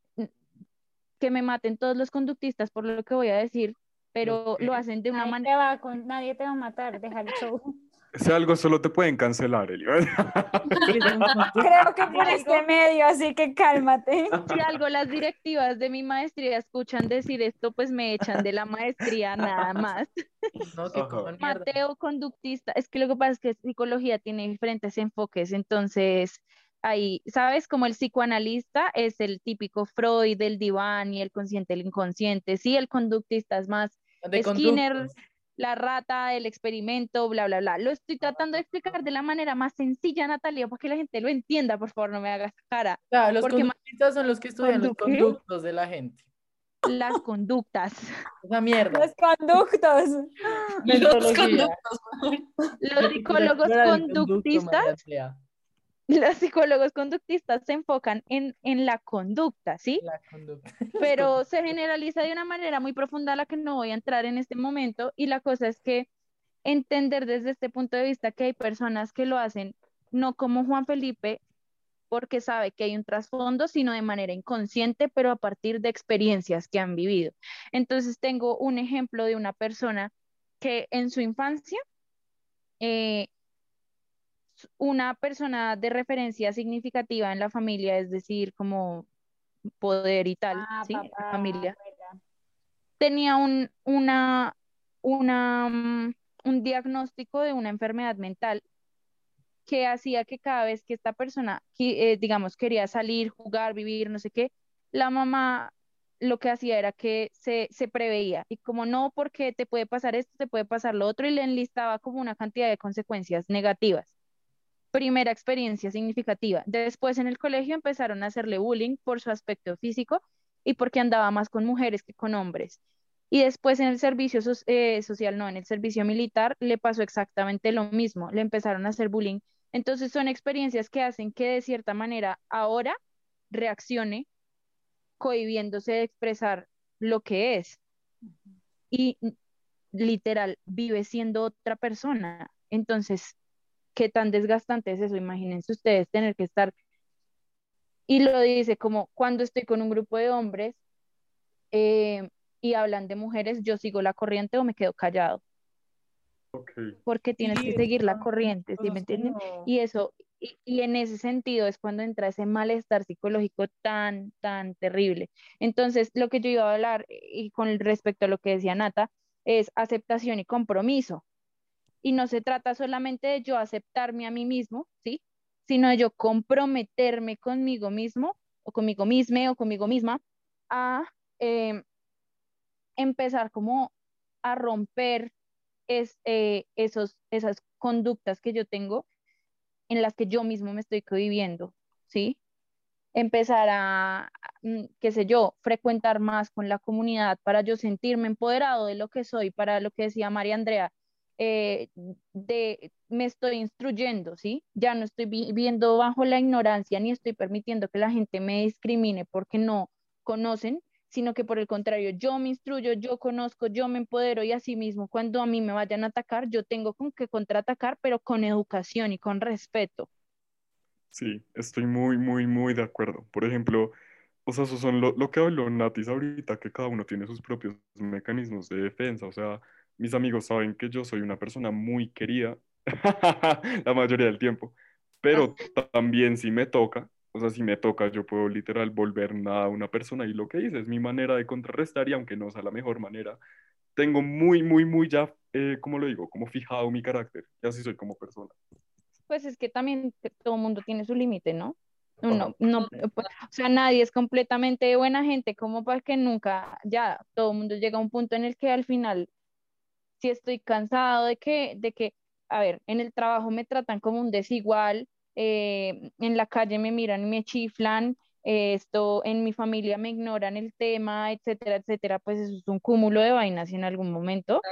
que me maten todos los conductistas por lo que voy a decir, ¿Los pero lo qué? hacen de una Nadie manera. te va con, nadie te va a matar, deja el show. si algo solo te pueden cancelar, Eli. ¿Qué son Creo que conductas? Si por este algo, medio, así que cálmate. si algo las directivas de mi maestría escuchan decir esto, pues me echan de la maestría nada más. No, que Ajá. coman mierda. Mateo conductista, es que lo que pasa es que psicología tiene diferentes enfoques, entonces ahí, ¿sabes? Como el psicoanalista es el típico Freud, el diván y el consciente, el inconsciente, sí, el conductista es más De Skinner, conductos. la rata, el experimento, bla, bla, bla. Lo estoy tratando de explicar de la manera más sencilla, Natalia, para que la gente lo entienda, por favor, no me hagas cara, O sea, los porque más conductistas son los que estudian los conduque conductos de la gente. las conductas. Esa mierda. Los conductos. Los Mentología. conductos. Los Yo quisiera psicólogos explorar el conducto, conductistas. María Andrea. Los psicólogos conductistas se enfocan en, en la conducta, ¿sí? La conducta. Los Pero se conductos. generaliza de una manera muy profunda a la que no voy a entrar en este momento y la cosa es que entender desde este punto de vista que hay personas que lo hacen no como Juan Felipe porque sabe que hay un trasfondo, sino de manera inconsciente, pero a partir de experiencias que han vivido. Entonces tengo un ejemplo de una persona que en su infancia eh, una persona de referencia significativa en la familia, es decir, como poder y tal, Ah, ¿sí? En la papá, familia, abuela. tenía un, una, una, mm, un diagnóstico de una enfermedad mental que hacía que cada vez que esta persona, qui- eh, digamos, quería salir, jugar, vivir, no sé qué, la mamá lo que hacía era que se, se preveía y como no, porque te puede pasar esto, te puede pasar lo otro y le enlistaba como una cantidad de consecuencias negativas. Primera experiencia significativa. Después en el colegio empezaron a hacerle bullying por su aspecto físico y porque andaba más con mujeres que con hombres. Y después en el servicio so- eh, social, no, en el servicio militar, le pasó exactamente lo mismo. Le empezaron a hacer bullying. Entonces son experiencias que hacen que de cierta manera ahora reaccione cohibiéndose de expresar lo que es. Y n- literal, vive siendo otra persona. Entonces, ¿qué tan desgastante es eso? Imagínense ustedes tener que estar, y lo dice como cuando estoy con un grupo de hombres eh, y hablan de mujeres, yo sigo la corriente o me quedo callado, Ok. porque tienes que Sí, seguir la son corriente, ¿sí me cosas que entienden? no. Y eso, y, y en ese sentido es cuando entra ese malestar psicológico tan, tan terrible. Entonces, lo que yo iba a hablar eh, y con respecto a lo que decía Nata, es aceptación y compromiso. Y no se trata solamente de yo aceptarme a mí mismo, ¿sí? Sino de yo comprometerme conmigo mismo o conmigo misma o conmigo misma a eh, empezar como a romper es, eh, esos, esas conductas que yo tengo en las que yo mismo me estoy cohibiendo, ¿sí? Empezar a, mm, qué sé yo, frecuentar más con la comunidad para yo sentirme empoderado de lo que soy, para lo que decía María Andrea, eh, de me estoy instruyendo, ¿sí? Ya no estoy viviendo bajo la ignorancia ni estoy permitiendo que la gente me discrimine porque no conocen, sino que por el contrario, yo me instruyo, yo conozco, yo me empodero y así mismo cuando a mí me vayan a atacar, yo tengo con que contraatacar, pero con educación y con respeto. Sí, estoy muy, muy, muy de acuerdo. Por ejemplo, O sea, eso son lo, lo que habló Natis ahorita, que cada uno tiene sus propios mecanismos de defensa. O sea, mis amigos saben que yo soy una persona muy querida la mayoría del tiempo, pero también si me toca, o sea, si me toca, yo puedo literal volver nada a una persona y lo que hice es mi manera de contrarrestar y aunque no sea la mejor manera, tengo muy, muy, muy ya, eh, ¿cómo lo digo? Como fijado mi carácter y así soy como persona. Pues es que también te- todo el mundo tiene su límite, ¿no? Ajá. No, no, pues, o sea, nadie es completamente buena gente como para que nunca, ya, todo el mundo llega a un punto en el que al final, si estoy cansado de que, de que, a ver, en el trabajo me tratan como un desigual, eh, en la calle me miran y me chiflan, eh, esto, en mi familia me ignoran el tema, etcétera, etcétera, pues eso es un cúmulo de vainas y en algún momento,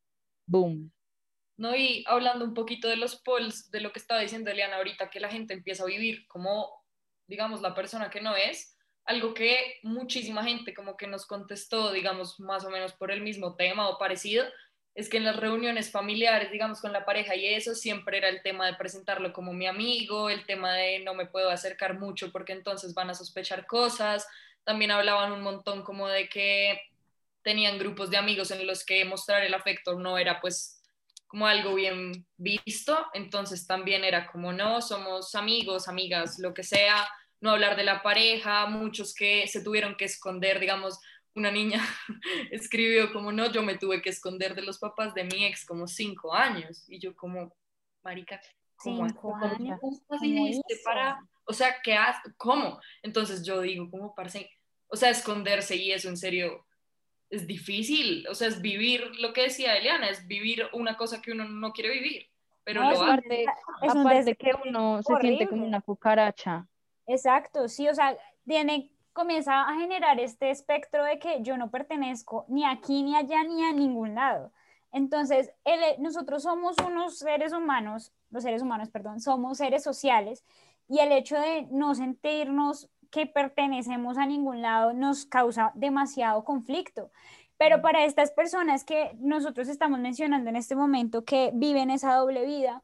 boom. ¿No? Y hablando un poquito de los polls, de lo que estaba diciendo Eliana ahorita, que la gente empieza a vivir como, digamos, la persona que no es, algo que muchísima gente como que nos contestó, digamos, más o menos por el mismo tema o parecido, es que en las reuniones familiares, digamos, con la pareja y eso, siempre era el tema de presentarlo como mi amigo, el tema de no me puedo acercar mucho porque entonces van a sospechar cosas. También hablaban un montón como de que tenían grupos de amigos en los que mostrar el afecto no era pues como algo bien visto, entonces también era como no, somos amigos, amigas, lo que sea, no hablar de la pareja, muchos que se tuvieron que esconder, digamos, una niña escribió como no, yo me tuve que esconder de los papás de mi ex como cinco años, y yo como, marica, ¿cómo, Cinco cómo, años. cómo ¿Cómo hiciste hizo? para, o sea, qué haces, cómo? Entonces yo digo, ¿cómo parce? O sea, esconderse y eso en serio es difícil, o sea, es vivir lo que decía Eliana, es vivir una cosa que uno no quiere vivir, pero No, es lo un, hace. Aparte, es un aparte que desgaste uno se siente como horrible. una cucaracha. Exacto, sí, o sea, tiene, comienza a generar este espectro de que yo no pertenezco ni aquí, ni allá, ni a ningún lado. Entonces, el- nosotros somos unos seres humanos, los seres humanos, perdón, somos seres sociales y el hecho de no sentirnos que pertenecemos a ningún lado nos causa demasiado conflicto. Pero para estas personas que nosotros estamos mencionando en este momento, que viven esa doble vida,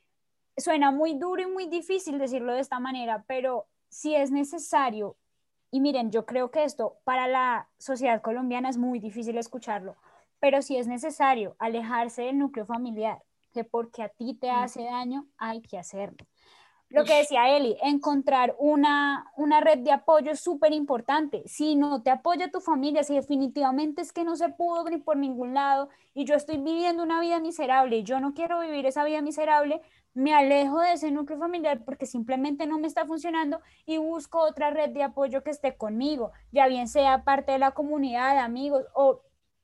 suena muy duro y muy difícil decirlo de esta manera, pero si es necesario, y miren, yo creo que esto para la sociedad colombiana es muy difícil escucharlo, pero si es necesario alejarse del núcleo familiar, que porque a ti te hace daño, hay que hacerlo. Lo que Ush, decía Eli, encontrar una, una red de apoyo es súper importante. Si no te apoya tu familia, si definitivamente es que no se pudo ni por ningún lado y yo estoy viviendo una vida miserable y yo no quiero vivir esa vida miserable, me alejo de ese núcleo familiar porque simplemente no me está funcionando y busco otra red de apoyo que esté conmigo, ya bien sea parte de la comunidad, de amigos o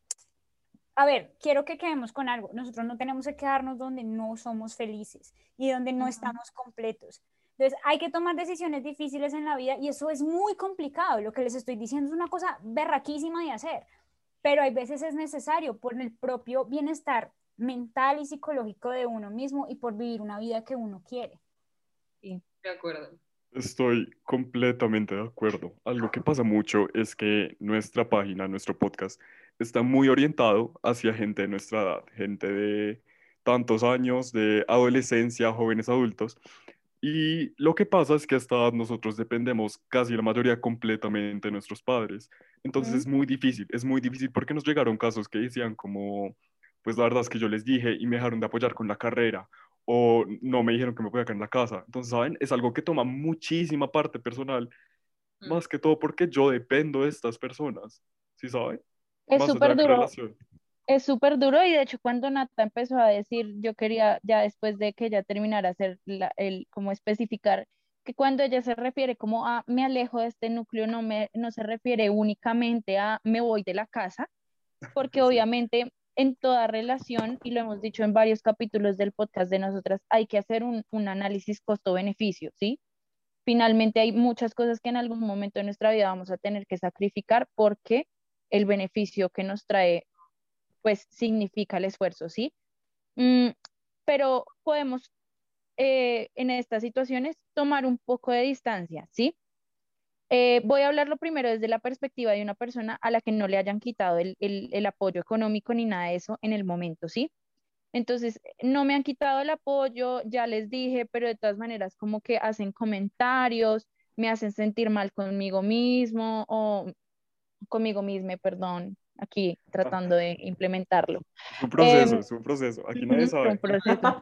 a ver, quiero que quedemos con algo. Nosotros no tenemos que quedarnos donde no somos felices y donde no estamos completos. Entonces, hay que tomar decisiones difíciles en la vida y eso es muy complicado. Lo que les estoy diciendo es una cosa berraquísima de hacer, pero hay veces es necesario por el propio bienestar mental y psicológico de uno mismo y por vivir una vida que uno quiere. Sí. de acuerdo. Estoy completamente de acuerdo. Algo que pasa mucho es que nuestra página, nuestro podcast, está muy orientado hacia gente de nuestra edad, gente de tantos años, de adolescencia, jóvenes adultos. Y lo que pasa es que a esta edad nosotros dependemos casi la mayoría completamente de nuestros padres. Entonces ¿Mm? es muy difícil, es muy difícil porque nos llegaron casos que decían como, pues la verdad es que yo les dije y me dejaron de apoyar con la carrera o no me dijeron que me podía quedar en la casa. Entonces, ¿saben? Es algo que toma muchísima parte personal, Mm. más que todo porque yo dependo de estas personas, ¿sí saben? Es Más allá súper de la duro, relación. es súper duro y de hecho cuando Nata empezó a decir, yo quería ya después de que ella terminara hacer la, el, como especificar que cuando ella se refiere como a me alejo de este núcleo, no, me, no se refiere únicamente a me voy de la casa, porque Sí. obviamente en toda relación, y lo hemos dicho en varios capítulos del podcast de nosotras, hay que hacer un, un análisis costo-beneficio, ¿sí? Finalmente hay muchas cosas que en algún momento de nuestra vida vamos a tener que sacrificar porque el beneficio que nos trae, pues significa el esfuerzo, ¿sí? Mm, pero podemos eh, en estas situaciones tomar un poco de distancia, ¿sí? Eh, voy a hablarlo primero desde la perspectiva de una persona a la que no le hayan quitado el, el, el apoyo económico ni nada de eso en el momento, ¿sí? Entonces, no me han quitado el apoyo, ya les dije, pero de todas maneras como que hacen comentarios, me hacen sentir mal conmigo mismo o conmigo misma, perdón, aquí tratando de implementarlo. Es un Em, proceso, es un proceso. Aquí ujú, nadie es un sabe. proceso.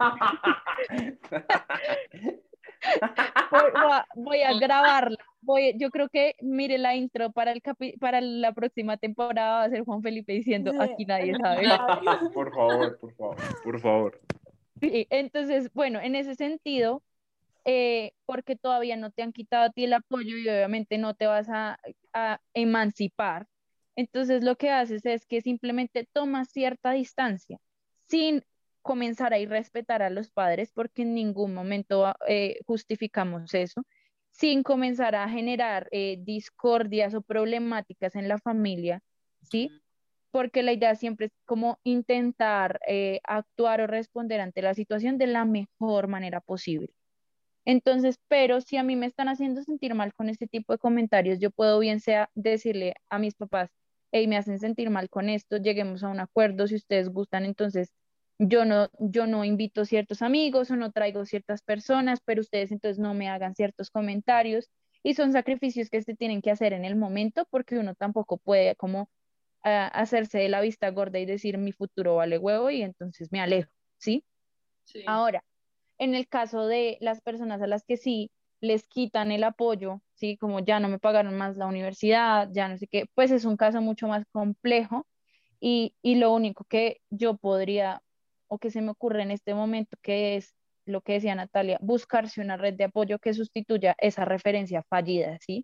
Voy, voy a, voy a grabarla. Voy, yo creo que, mire, la intro para, el capi- para la próxima temporada va a ser Juan Felipe diciendo, Sí, aquí nadie aquí sabe. nadie sabe. Por favor, por favor, por favor. Sí, entonces, bueno, en ese sentido, eh, porque todavía no te han quitado a ti el apoyo y obviamente no te vas a, a emancipar, entonces lo que haces es que simplemente tomas cierta distancia sin comenzar a irrespetar a los padres, porque en ningún momento eh, justificamos eso, sin comenzar a generar eh, discordias o problemáticas en la familia, ¿sí? Porque la idea siempre es como intentar eh, actuar o responder ante la situación de la mejor manera posible. Entonces, pero si a mí me están haciendo sentir mal con este tipo de comentarios, yo puedo bien sea decirle a mis papás, hey, me hacen sentir mal con esto, lleguemos a un acuerdo, si ustedes gustan, entonces yo no, yo no invito ciertos amigos o no traigo ciertas personas, pero ustedes entonces no me hagan ciertos comentarios y son sacrificios que se tienen que hacer en el momento porque uno tampoco puede como ah, hacerse de la vista gorda y decir mi futuro vale huevo y entonces me alejo, ¿sí? Sí. Ahora, en el caso de las personas a las que sí les quitan el apoyo, ¿sí? Como ya no me pagaron más la universidad, ya no sé qué, pues es un caso mucho más complejo y, y lo único que yo podría o que se me ocurre en este momento, que es lo que decía Natalia, buscarse una red de apoyo que sustituya esa referencia fallida, ¿sí?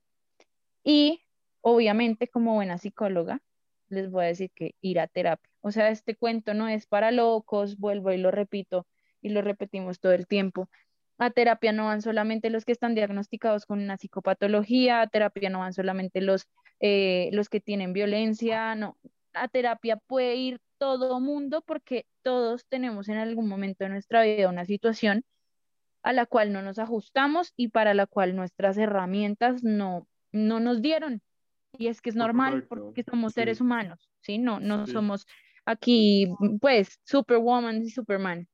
Y obviamente como buena psicóloga, les voy a decir que ir a terapia. O sea, este cuento no es para locos, vuelvo y lo repito y lo repetimos todo el tiempo. A terapia no van solamente los que están diagnosticados con una psicopatología, a terapia no van solamente los, eh, los que tienen violencia, no. A terapia puede ir todo mundo porque todos tenemos en algún momento de nuestra vida una situación a la cual no nos ajustamos y para la cual nuestras herramientas no, no nos dieron. Y es que es normal Correcto. porque somos seres Sí, humanos, ¿sí? No, no sí. somos aquí, pues, Superwoman y Superman.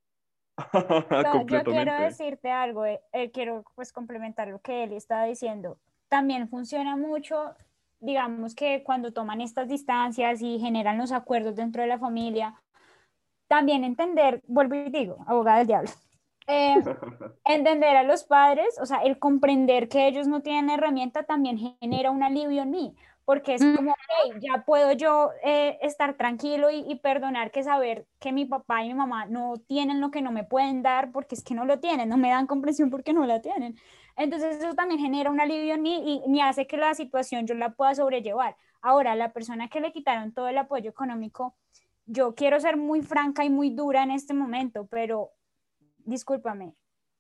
Yo, yo quiero Completamente. decirte algo, eh, eh, quiero pues complementar lo que él está diciendo. También funciona mucho, digamos que cuando toman estas distancias y generan los acuerdos dentro de la familia, también entender, vuelvo y digo, abogada del diablo, eh, entender a los padres, o sea, el comprender que ellos no tienen herramienta también genera un alivio en mí, porque es Mm, como, ok, ya puedo yo eh, estar tranquilo y, y perdonar que saber que mi papá y mi mamá no tienen lo que no me pueden dar, porque es que no lo tienen, no me dan comprensión porque no la tienen. Entonces eso también genera un alivio en mí y me hace que la situación yo la pueda sobrellevar. Ahora, la persona que le quitaron todo el apoyo económico, yo quiero ser muy franca y muy dura en este momento, pero discúlpame,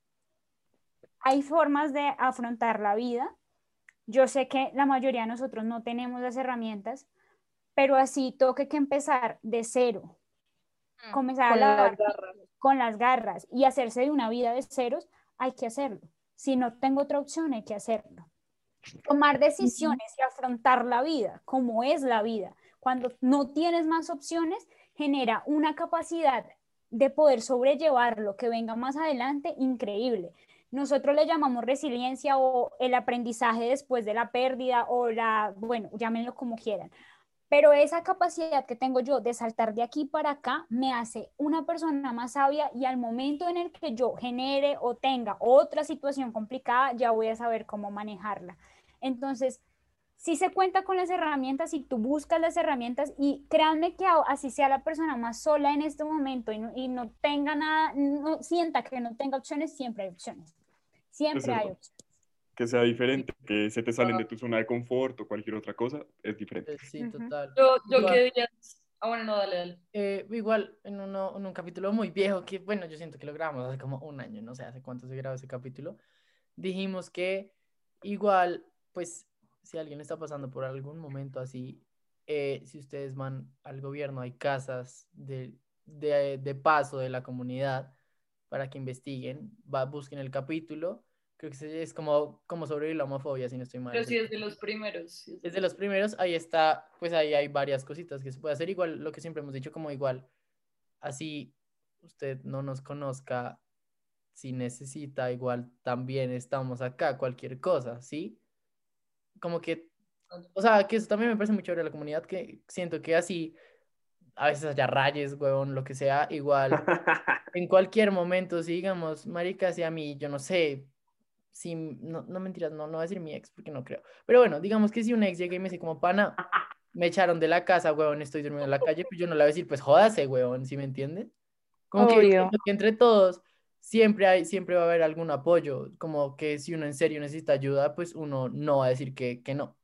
hay formas de afrontar la vida. Yo sé que la mayoría de nosotros no tenemos las herramientas, pero así toque que empezar de cero, comenzar a con las lavar garras. con las garras y hacerse de una vida de ceros, hay que hacerlo. Si no tengo otra opción, hay que hacerlo. Tomar Ujú. decisiones y afrontar la vida, como es la vida. Cuando no tienes más opciones, genera una capacidad de poder sobrellevar lo que venga más adelante increíble. Nosotros le llamamos resiliencia o el aprendizaje después de la pérdida o la, bueno, llámenlo como quieran. Pero esa capacidad que tengo yo de saltar de aquí para acá me hace una persona más sabia y al momento en el que yo genere o tenga otra situación complicada, ya voy a saber cómo manejarla. Entonces, sí se cuenta con las herramientas y tú buscas las herramientas y créanme que así sea la persona más sola en este momento y no, y no tenga nada, no sienta que no tenga opciones, siempre hay opciones. Es Siempre hay cierto. opciones. Que sea Sí, diferente, que se te salen de ah, tu zona de confort o cualquier otra cosa, es diferente. eh, sí, Ujú. total. Yo, yo Igual, qué diría. Ah, bueno, no, dale, dale. eh, igual en, uno, en un capítulo muy viejo, que bueno, yo siento que lo grabamos hace como un año, no sé hace cuánto se grabó ese capítulo, dijimos que igual, pues, si alguien está pasando por algún momento así, eh, si ustedes van al gobierno, hay casas de, de, de paso de la comunidad para que investiguen, va, busquen el capítulo. Creo que se- es como, como sobrevivir la homofobia, si no estoy mal. Pero Es el sí es de los primeros. Sí es de es de los los primeros, ahí está, pues ahí hay varias cositas que se puede hacer, igual lo que siempre hemos dicho, como igual, así usted no nos conozca, si necesita, igual también estamos acá, cualquier cosa, ¿sí? como que, o sea, que eso también me parece muy chévere de la comunidad, que siento que así, a veces haya rayes, huevón, lo que sea, igual, en cualquier momento, si digamos, marica, si a mí, yo no sé, si, no, no mentiras, no, no voy a decir mi ex, porque no creo, pero bueno, digamos que si un ex llega y me dice como, pana, me echaron de la casa, huevón, estoy durmiendo en la calle, pues yo no le voy a decir, pues jódase, huevón, ¿sí me entienden? Como que Obvio. siento que entre todos siempre hay, siempre va a haber algún apoyo, como que si uno en serio necesita ayuda, pues uno no va a decir que, que no.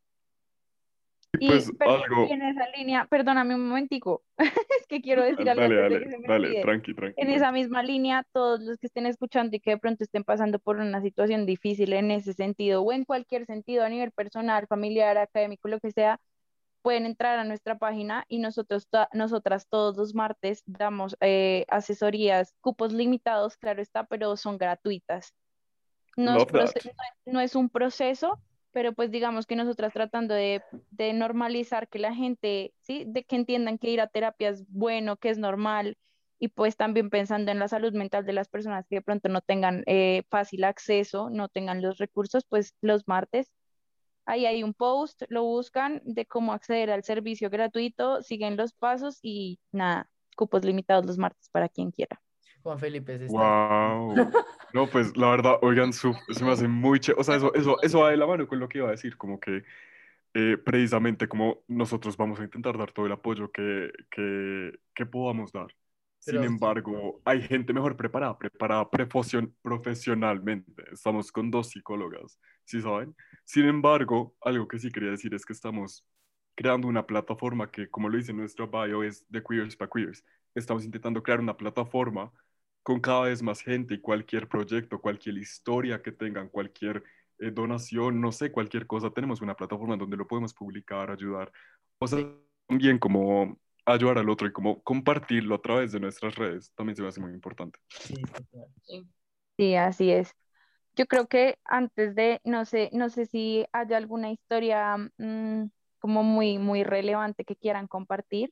Y Y, pues per- y algo, en esa línea, perdóname un momentico, es que quiero decir algo dale, antes de que dale, se me dale, olvide. tranqui, tranqui, En esa tranqui. misma línea, todos los que estén escuchando y que de pronto estén pasando por una situación difícil en ese sentido o en cualquier sentido, a nivel personal, familiar, académico, lo que sea, pueden entrar a nuestra página y nosotros, to- nosotras todos los martes damos eh, asesorías, cupos limitados, claro está, pero son gratuitas. No es, Love proce- that. no es no es un proceso, pero pues digamos que nosotras tratando de, de normalizar que la gente, ¿sí? De que entiendan que ir a terapia es bueno, que es normal, y pues también pensando en la salud mental de las personas que de pronto no tengan eh, fácil acceso, no tengan los recursos, pues los martes, ahí hay un post, lo buscan de cómo acceder al servicio gratuito, siguen los pasos y nada, cupos limitados los martes para quien quiera. Juan Felipe se está... Wow. No, pues la verdad, oigan, su- se me hace muy chévere. O sea, eso, eso, eso va de la mano con lo que iba a decir, como que eh, precisamente como nosotros vamos a intentar dar todo el apoyo que, que, que podamos dar. Sin Pero sí, embargo, hay gente mejor preparada, preparada profesion- profesionalmente. Estamos con dos psicólogas, ¿sí saben? Sin embargo, algo que sí quería decir es que estamos creando una plataforma que, como lo dice nuestro bio, es de Queers para Queers. Estamos intentando crear una plataforma con cada vez más gente y cualquier proyecto, cualquier historia que tengan, cualquier eh, donación, no sé, cualquier cosa, tenemos una plataforma donde lo podemos publicar, ayudar, o sea, sí, también como ayudar al otro y como compartirlo a través de nuestras redes, también se me hace muy importante. sí, total. Sí. Sí, así es. Yo creo que antes de, no sé, no sé si hay alguna historia mm, como muy, muy relevante que quieran compartir,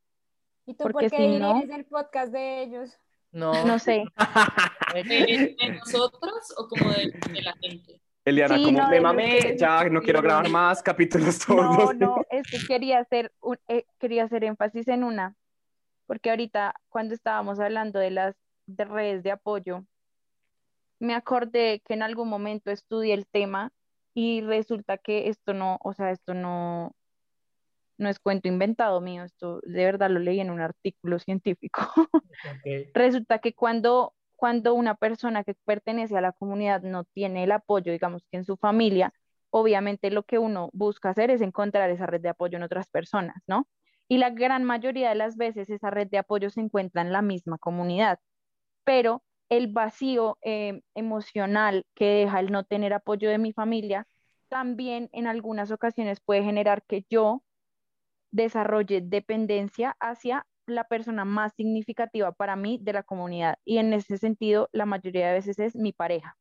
¿Y tú por porque qué si no, dirías el podcast de ellos? no No, sé. ¿De, de nosotros o como de, de la gente? Eliana, Sí, como no, me de los que mamé, les ya no quiero grabar escriben. más capítulos todos No, los no, días. es que quería hacer, un- eh, quería hacer énfasis en una, porque ahorita cuando estábamos hablando de las de redes de apoyo, me acordé que en algún momento estudié el tema y resulta que esto no, o sea, esto no, no es cuento inventado mío, esto de verdad lo leí en un artículo científico. ok. Resulta que cuando, cuando una persona que pertenece a la comunidad no tiene el apoyo, digamos que en su familia, obviamente lo que uno busca hacer es encontrar esa red de apoyo en otras personas, ¿no? Y la gran mayoría de las veces esa red de apoyo se encuentra en la misma comunidad, pero el vacío eh, emocional que deja el no tener apoyo de mi familia también en algunas ocasiones puede generar que yo desarrolle dependencia hacia la persona más significativa para mí de la comunidad. Y en ese sentido, la mayoría de veces es mi pareja.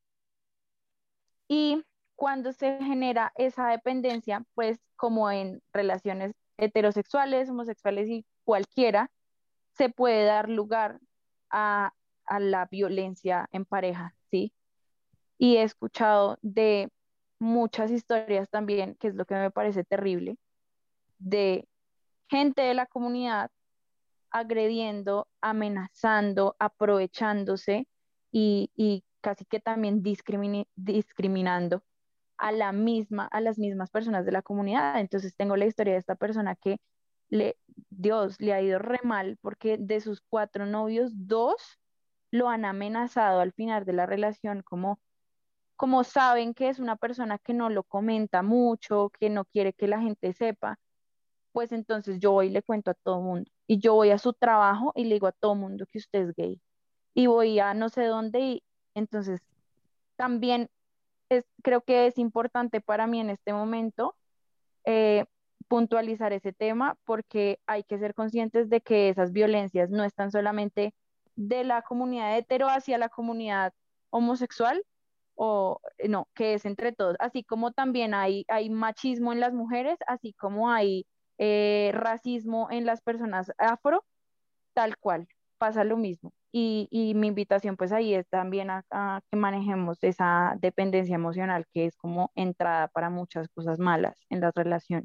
Y cuando se genera esa dependencia, pues como en relaciones heterosexuales, homosexuales y cualquiera, se puede dar lugar a, a la violencia en pareja, ¿sí? Y he escuchado de muchas historias también, que es lo que me parece terrible, de gente de la comunidad agrediendo, amenazando, aprovechándose y, y casi que también discrimini- discriminando a la misma, a las mismas personas de la comunidad. Entonces tengo la historia de esta persona que le, Dios le ha ido re mal porque de sus cuatro novios, dos lo han amenazado al final de la relación como como saben que es una persona que no lo comenta mucho, que no quiere que la gente sepa, pues entonces yo voy y le cuento a todo mundo. Y yo voy a su trabajo y le digo a todo mundo que usted es gay. Y voy a no sé dónde y entonces también es, creo que es importante para mí en este momento eh, puntualizar ese tema porque hay que ser conscientes de que esas violencias no están solamente de la comunidad hetero hacia la comunidad homosexual o eh, no, que es entre todos, así como también hay, hay machismo en las mujeres, así como hay eh, racismo en las personas afro, tal cual, pasa lo mismo. Y, y mi invitación pues ahí es también a, a que manejemos esa dependencia emocional que es como entrada para muchas cosas malas en las relaciones.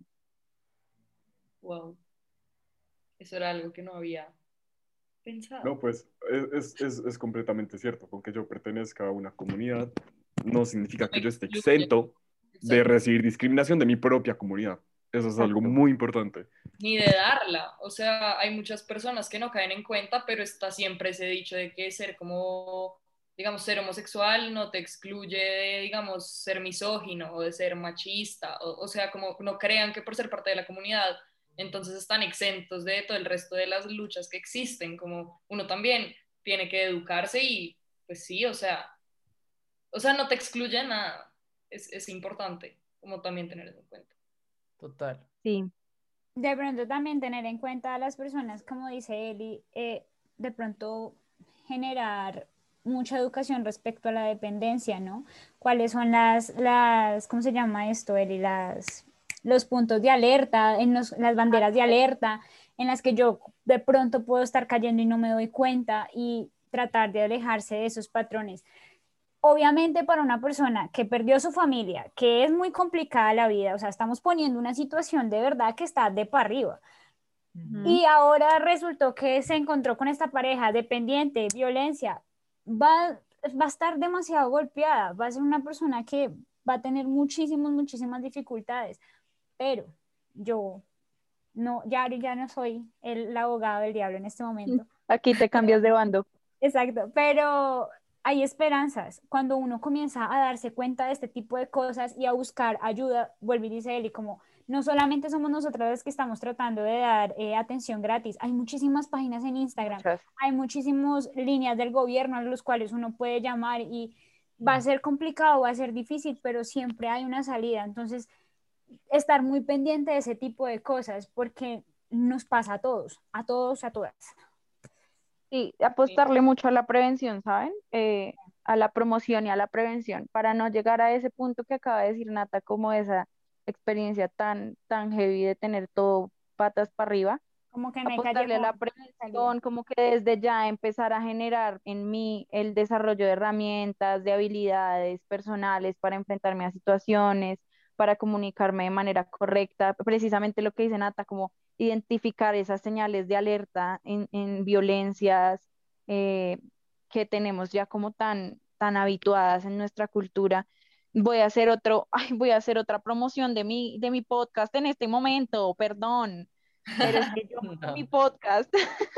Wow, eso era algo que no había pensado. No, pues es, es, es completamente cierto. Con que yo pertenezca a una comunidad no significa que yo esté exento de Exacto. recibir discriminación de mi propia comunidad. Eso es algo Exacto. muy importante. Ni de darla. O sea, hay muchas personas que no caen en cuenta, pero está siempre ese dicho de que ser como, digamos, ser homosexual no te excluye de, digamos, ser misógino o de ser machista. O, o sea, como no crean que por ser parte de la comunidad, entonces están exentos de todo el resto de las luchas que existen. Como uno también tiene que educarse y, pues sí, o sea, o sea, no te excluye nada. Es, es importante como también tener eso en cuenta. Total. Sí, De pronto también tener en cuenta a las personas, como dice Eli, eh, de pronto generar mucha educación respecto a la dependencia, ¿no? ¿Cuáles son las, las, ¿cómo se llama esto, Eli? Las, los puntos de alerta, en los, las banderas de alerta, en las que yo de pronto puedo estar cayendo y no me doy cuenta y tratar de alejarse de esos patrones. Obviamente para una persona que perdió su familia, que es muy complicada la vida, o sea, estamos poniendo una situación de verdad que está de para arriba. ujú, Y ahora resultó que se encontró con esta pareja dependiente, violencia, va, va a estar demasiado golpeada, va a ser una persona que va a tener muchísimas, muchísimas dificultades, pero yo no, ya, ya no soy el, la abogada del diablo en este momento. aquí te cambias de bando. Exacto, pero hay esperanzas. Cuando uno comienza a darse cuenta de este tipo de cosas y a buscar ayuda, vuelve y dice Eli, como no solamente somos nosotras las que estamos tratando de dar eh, atención gratis, hay muchísimas páginas en Instagram, Muchas. hay muchísimas líneas del gobierno a los cuales uno puede llamar y va a ser complicado, va a ser difícil, pero siempre hay una salida. Entonces, estar muy pendiente de ese tipo de cosas porque nos pasa a todos, a todos, a todas. Sí, apostarle mucho a la prevención, ¿saben? Eh, a la promoción y a la prevención, para no llegar a ese punto que acaba de decir Nata, como esa experiencia tan, tan heavy de tener todo patas para arriba, Como que no hay apostarle a la callejón de salida. prevención, como que desde ya empezar a generar en mí el desarrollo de herramientas, de habilidades personales para enfrentarme a situaciones, para comunicarme de manera correcta, precisamente lo que dice Nata, como identificar esas señales de alerta en, en violencias eh, que tenemos ya como tan, tan habituadas en nuestra cultura. Voy a hacer otro, ay, voy a hacer otra promoción de mi, de mi podcast en este momento, perdón, pero es que yo amo mi No. podcast.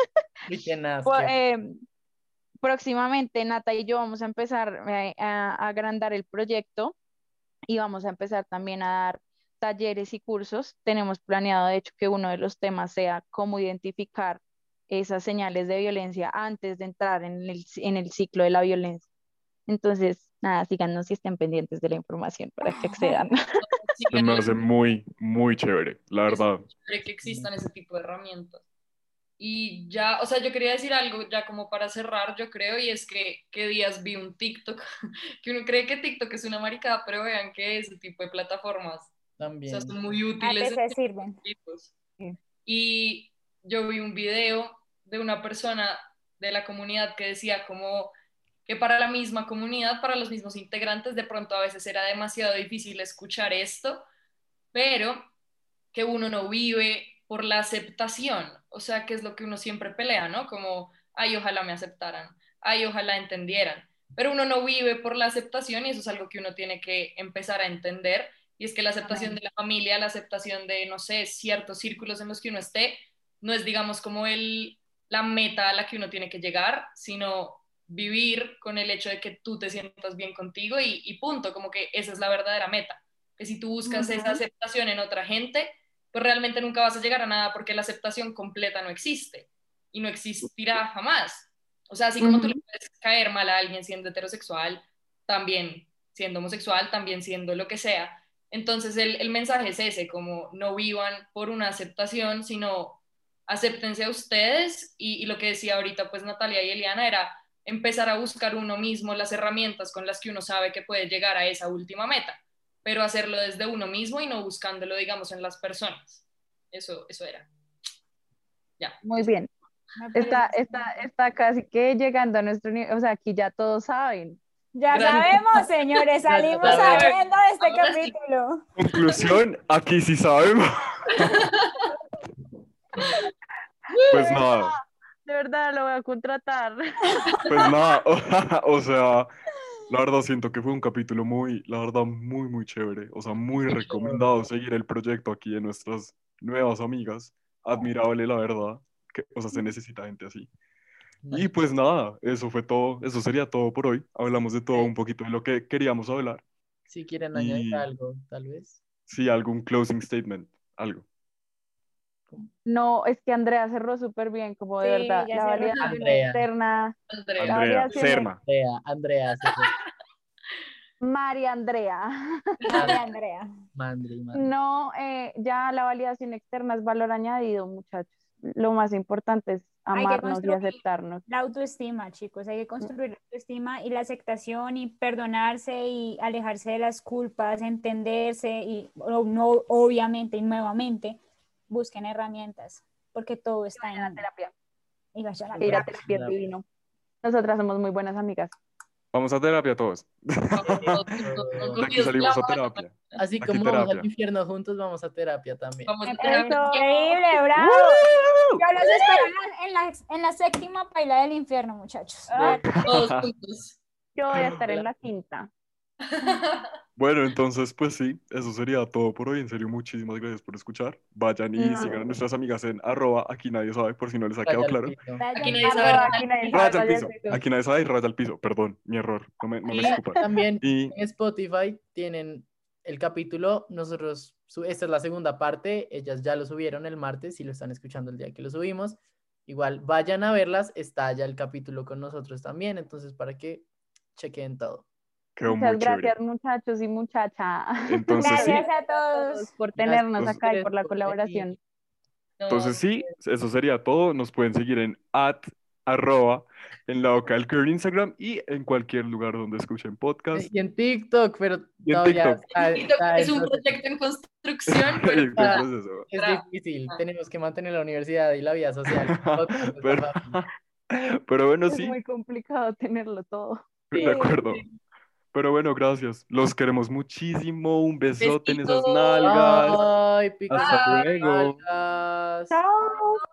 Y tenaz, Pues, que eh, próximamente Nata y yo vamos a empezar eh, a, a agrandar el proyecto y vamos a empezar también a dar talleres y cursos. Tenemos planeado, de hecho, que uno de los temas sea cómo identificar esas señales de violencia antes de entrar en el, en el ciclo de la violencia. Entonces, nada, síganos y estén pendientes de la información para que accedan. Se me Síganlo, hace muy, muy chévere, la es verdad. chévere que existan ese tipo de herramientas. Y ya, o sea, yo quería decir algo ya como para cerrar, yo creo, y es que, que días vi un TikTok, que uno cree que TikTok es una maricada, pero vean que ese tipo de plataformas, o sea, también. son muy A útiles en veces ciertos sirven. ámbitos. Sí. Y yo vi un video de una persona de la comunidad que decía como que para la misma comunidad, para los mismos integrantes, de pronto a veces era demasiado difícil escuchar esto, pero que uno no vive por la aceptación, o sea, que es lo que uno siempre pelea, ¿no? Como, ay, ojalá me aceptaran, ay, ojalá entendieran, pero uno no vive por la aceptación y eso es algo que uno tiene que empezar a entender, y es que la aceptación Amén. de la familia, la aceptación de, no sé, ciertos círculos en los que uno esté, no es, digamos, como el, la meta a la que uno tiene que llegar, sino vivir con el hecho de que tú te sientas bien contigo y, y punto, como que esa es la verdadera meta, que si tú buscas esa Ujú. aceptación en otra gente, pues realmente nunca vas a llegar a nada porque la aceptación completa no existe y no existirá jamás. O sea, así como tú le Ujú. puedes caer mal a alguien siendo heterosexual, también siendo homosexual, también siendo lo que sea. Entonces el, el mensaje es ese, como no vivan por una aceptación, sino acéptense a ustedes y, y lo que decía ahorita pues Natalia y Eliana era empezar a buscar uno mismo las herramientas con las que uno sabe que puede llegar a esa última meta, pero hacerlo desde uno mismo y no buscándolo, digamos, en las personas. Eso, eso era. Ya. Muy Eso. bien. Me parece Está, está, excelente. está casi que llegando a nuestro nivel, o sea, aquí ya todos saben. Ya Gracias. sabemos, señores, Ya salimos sabemos. sabiendo de este Ahora sí. capítulo. Conclusión, aquí sí sabemos. Pues De nada, verdad, de verdad lo voy a contratar. pues nada, o sea, la verdad siento que fue un capítulo muy, la verdad, muy, muy chévere. O sea, muy Muy recomendado chévere. seguir el proyecto aquí de nuestras nuevas amigas. Admirable, la verdad. Que, o sea, se necesita gente así. Y pues nada, eso fue todo, eso sería todo por hoy. Hablamos de todo Eh, un poquito de lo que queríamos hablar. Si quieren añadir Y algo, tal vez. sí, algún closing statement, algo. No, es que Andrea cerró súper bien, como de Sí, verdad, ya la cerró validación súper bien. Andrea, externa, Andrea. la Andrea, validación ex- Serma. Andrea, Andrea, sí, sí. María Andrea. María Andrea. Mandri, Mandri. No, eh, ya la validación externa es valor añadido, muchachos. Lo más importante es Hay que amarnos y construir aceptarnos. la autoestima, chicos. Hay que construir la autoestima y la aceptación y perdonarse y alejarse de las culpas, entenderse y o- no, obviamente y nuevamente busquen herramientas porque todo está en La uno. terapia. Y vayan a Ir a terapia. terapia es divino. Nosotras somos muy buenas amigas. Vamos a terapia todos. Vamos todos juntos, Eso. De aquí cogidos de la salimos a mano. terapia. Así Aquí como vamos al terapia. infierno juntos, vamos a terapia también. Vamos a Me parece terapia. increíble, bravo. Yo los espero en la, en la, en la séptima paila del infierno, muchachos. Ah, Todos juntos. yo voy a estar en la quinta. Bueno, entonces, pues sí, eso sería todo por hoy. En serio, muchísimas gracias por escuchar. Vayan y No. sigan a nuestras amigas en arroba, aquí nadie sabe, por si no les ha Raya quedado al claro. piso. Aquí nadie sabe. Arroba, aquí nadie sabe, Raya al raya piso, al piso. aquí nadie sabe y raya al piso. Perdón, mi error, no me, no me Y escupan. también Y en Spotify tienen el capítulo. Nosotros, su- esta es la segunda parte. Ellas ya lo subieron el martes y lo están escuchando el día que lo subimos. Igual vayan a verlas. Está ya el capítulo con nosotros también. Entonces, para que chequen todo. quedó Muchas muy chévere. gracias, muchachos y muchacha. Entonces sí, Gracias a todos. por Gracias tenernos a acá y ustedes por la por venir. colaboración. No, entonces sí, eso sería todo. Nos pueden seguir en at, arroba, en la boca del queer Instagram y en cualquier lugar donde escuchen podcast. Y en TikTok, pero Y en todavía TikTok. está, TikTok está es en un proceso. proyecto en construcción, pero Proyecto en Ah, proceso. Es Tra- difícil. ah. Tenemos que mantener la universidad y la vida social. Podcast está pero, fácil. pero bueno, Es sí, muy complicado tenerlo todo. Sí. de acuerdo. Pero bueno, gracias. Los queremos muchísimo. Un besote en esas Besitos. nalgas. Ay, pico Hasta Bye. luego. nalgas. Chao.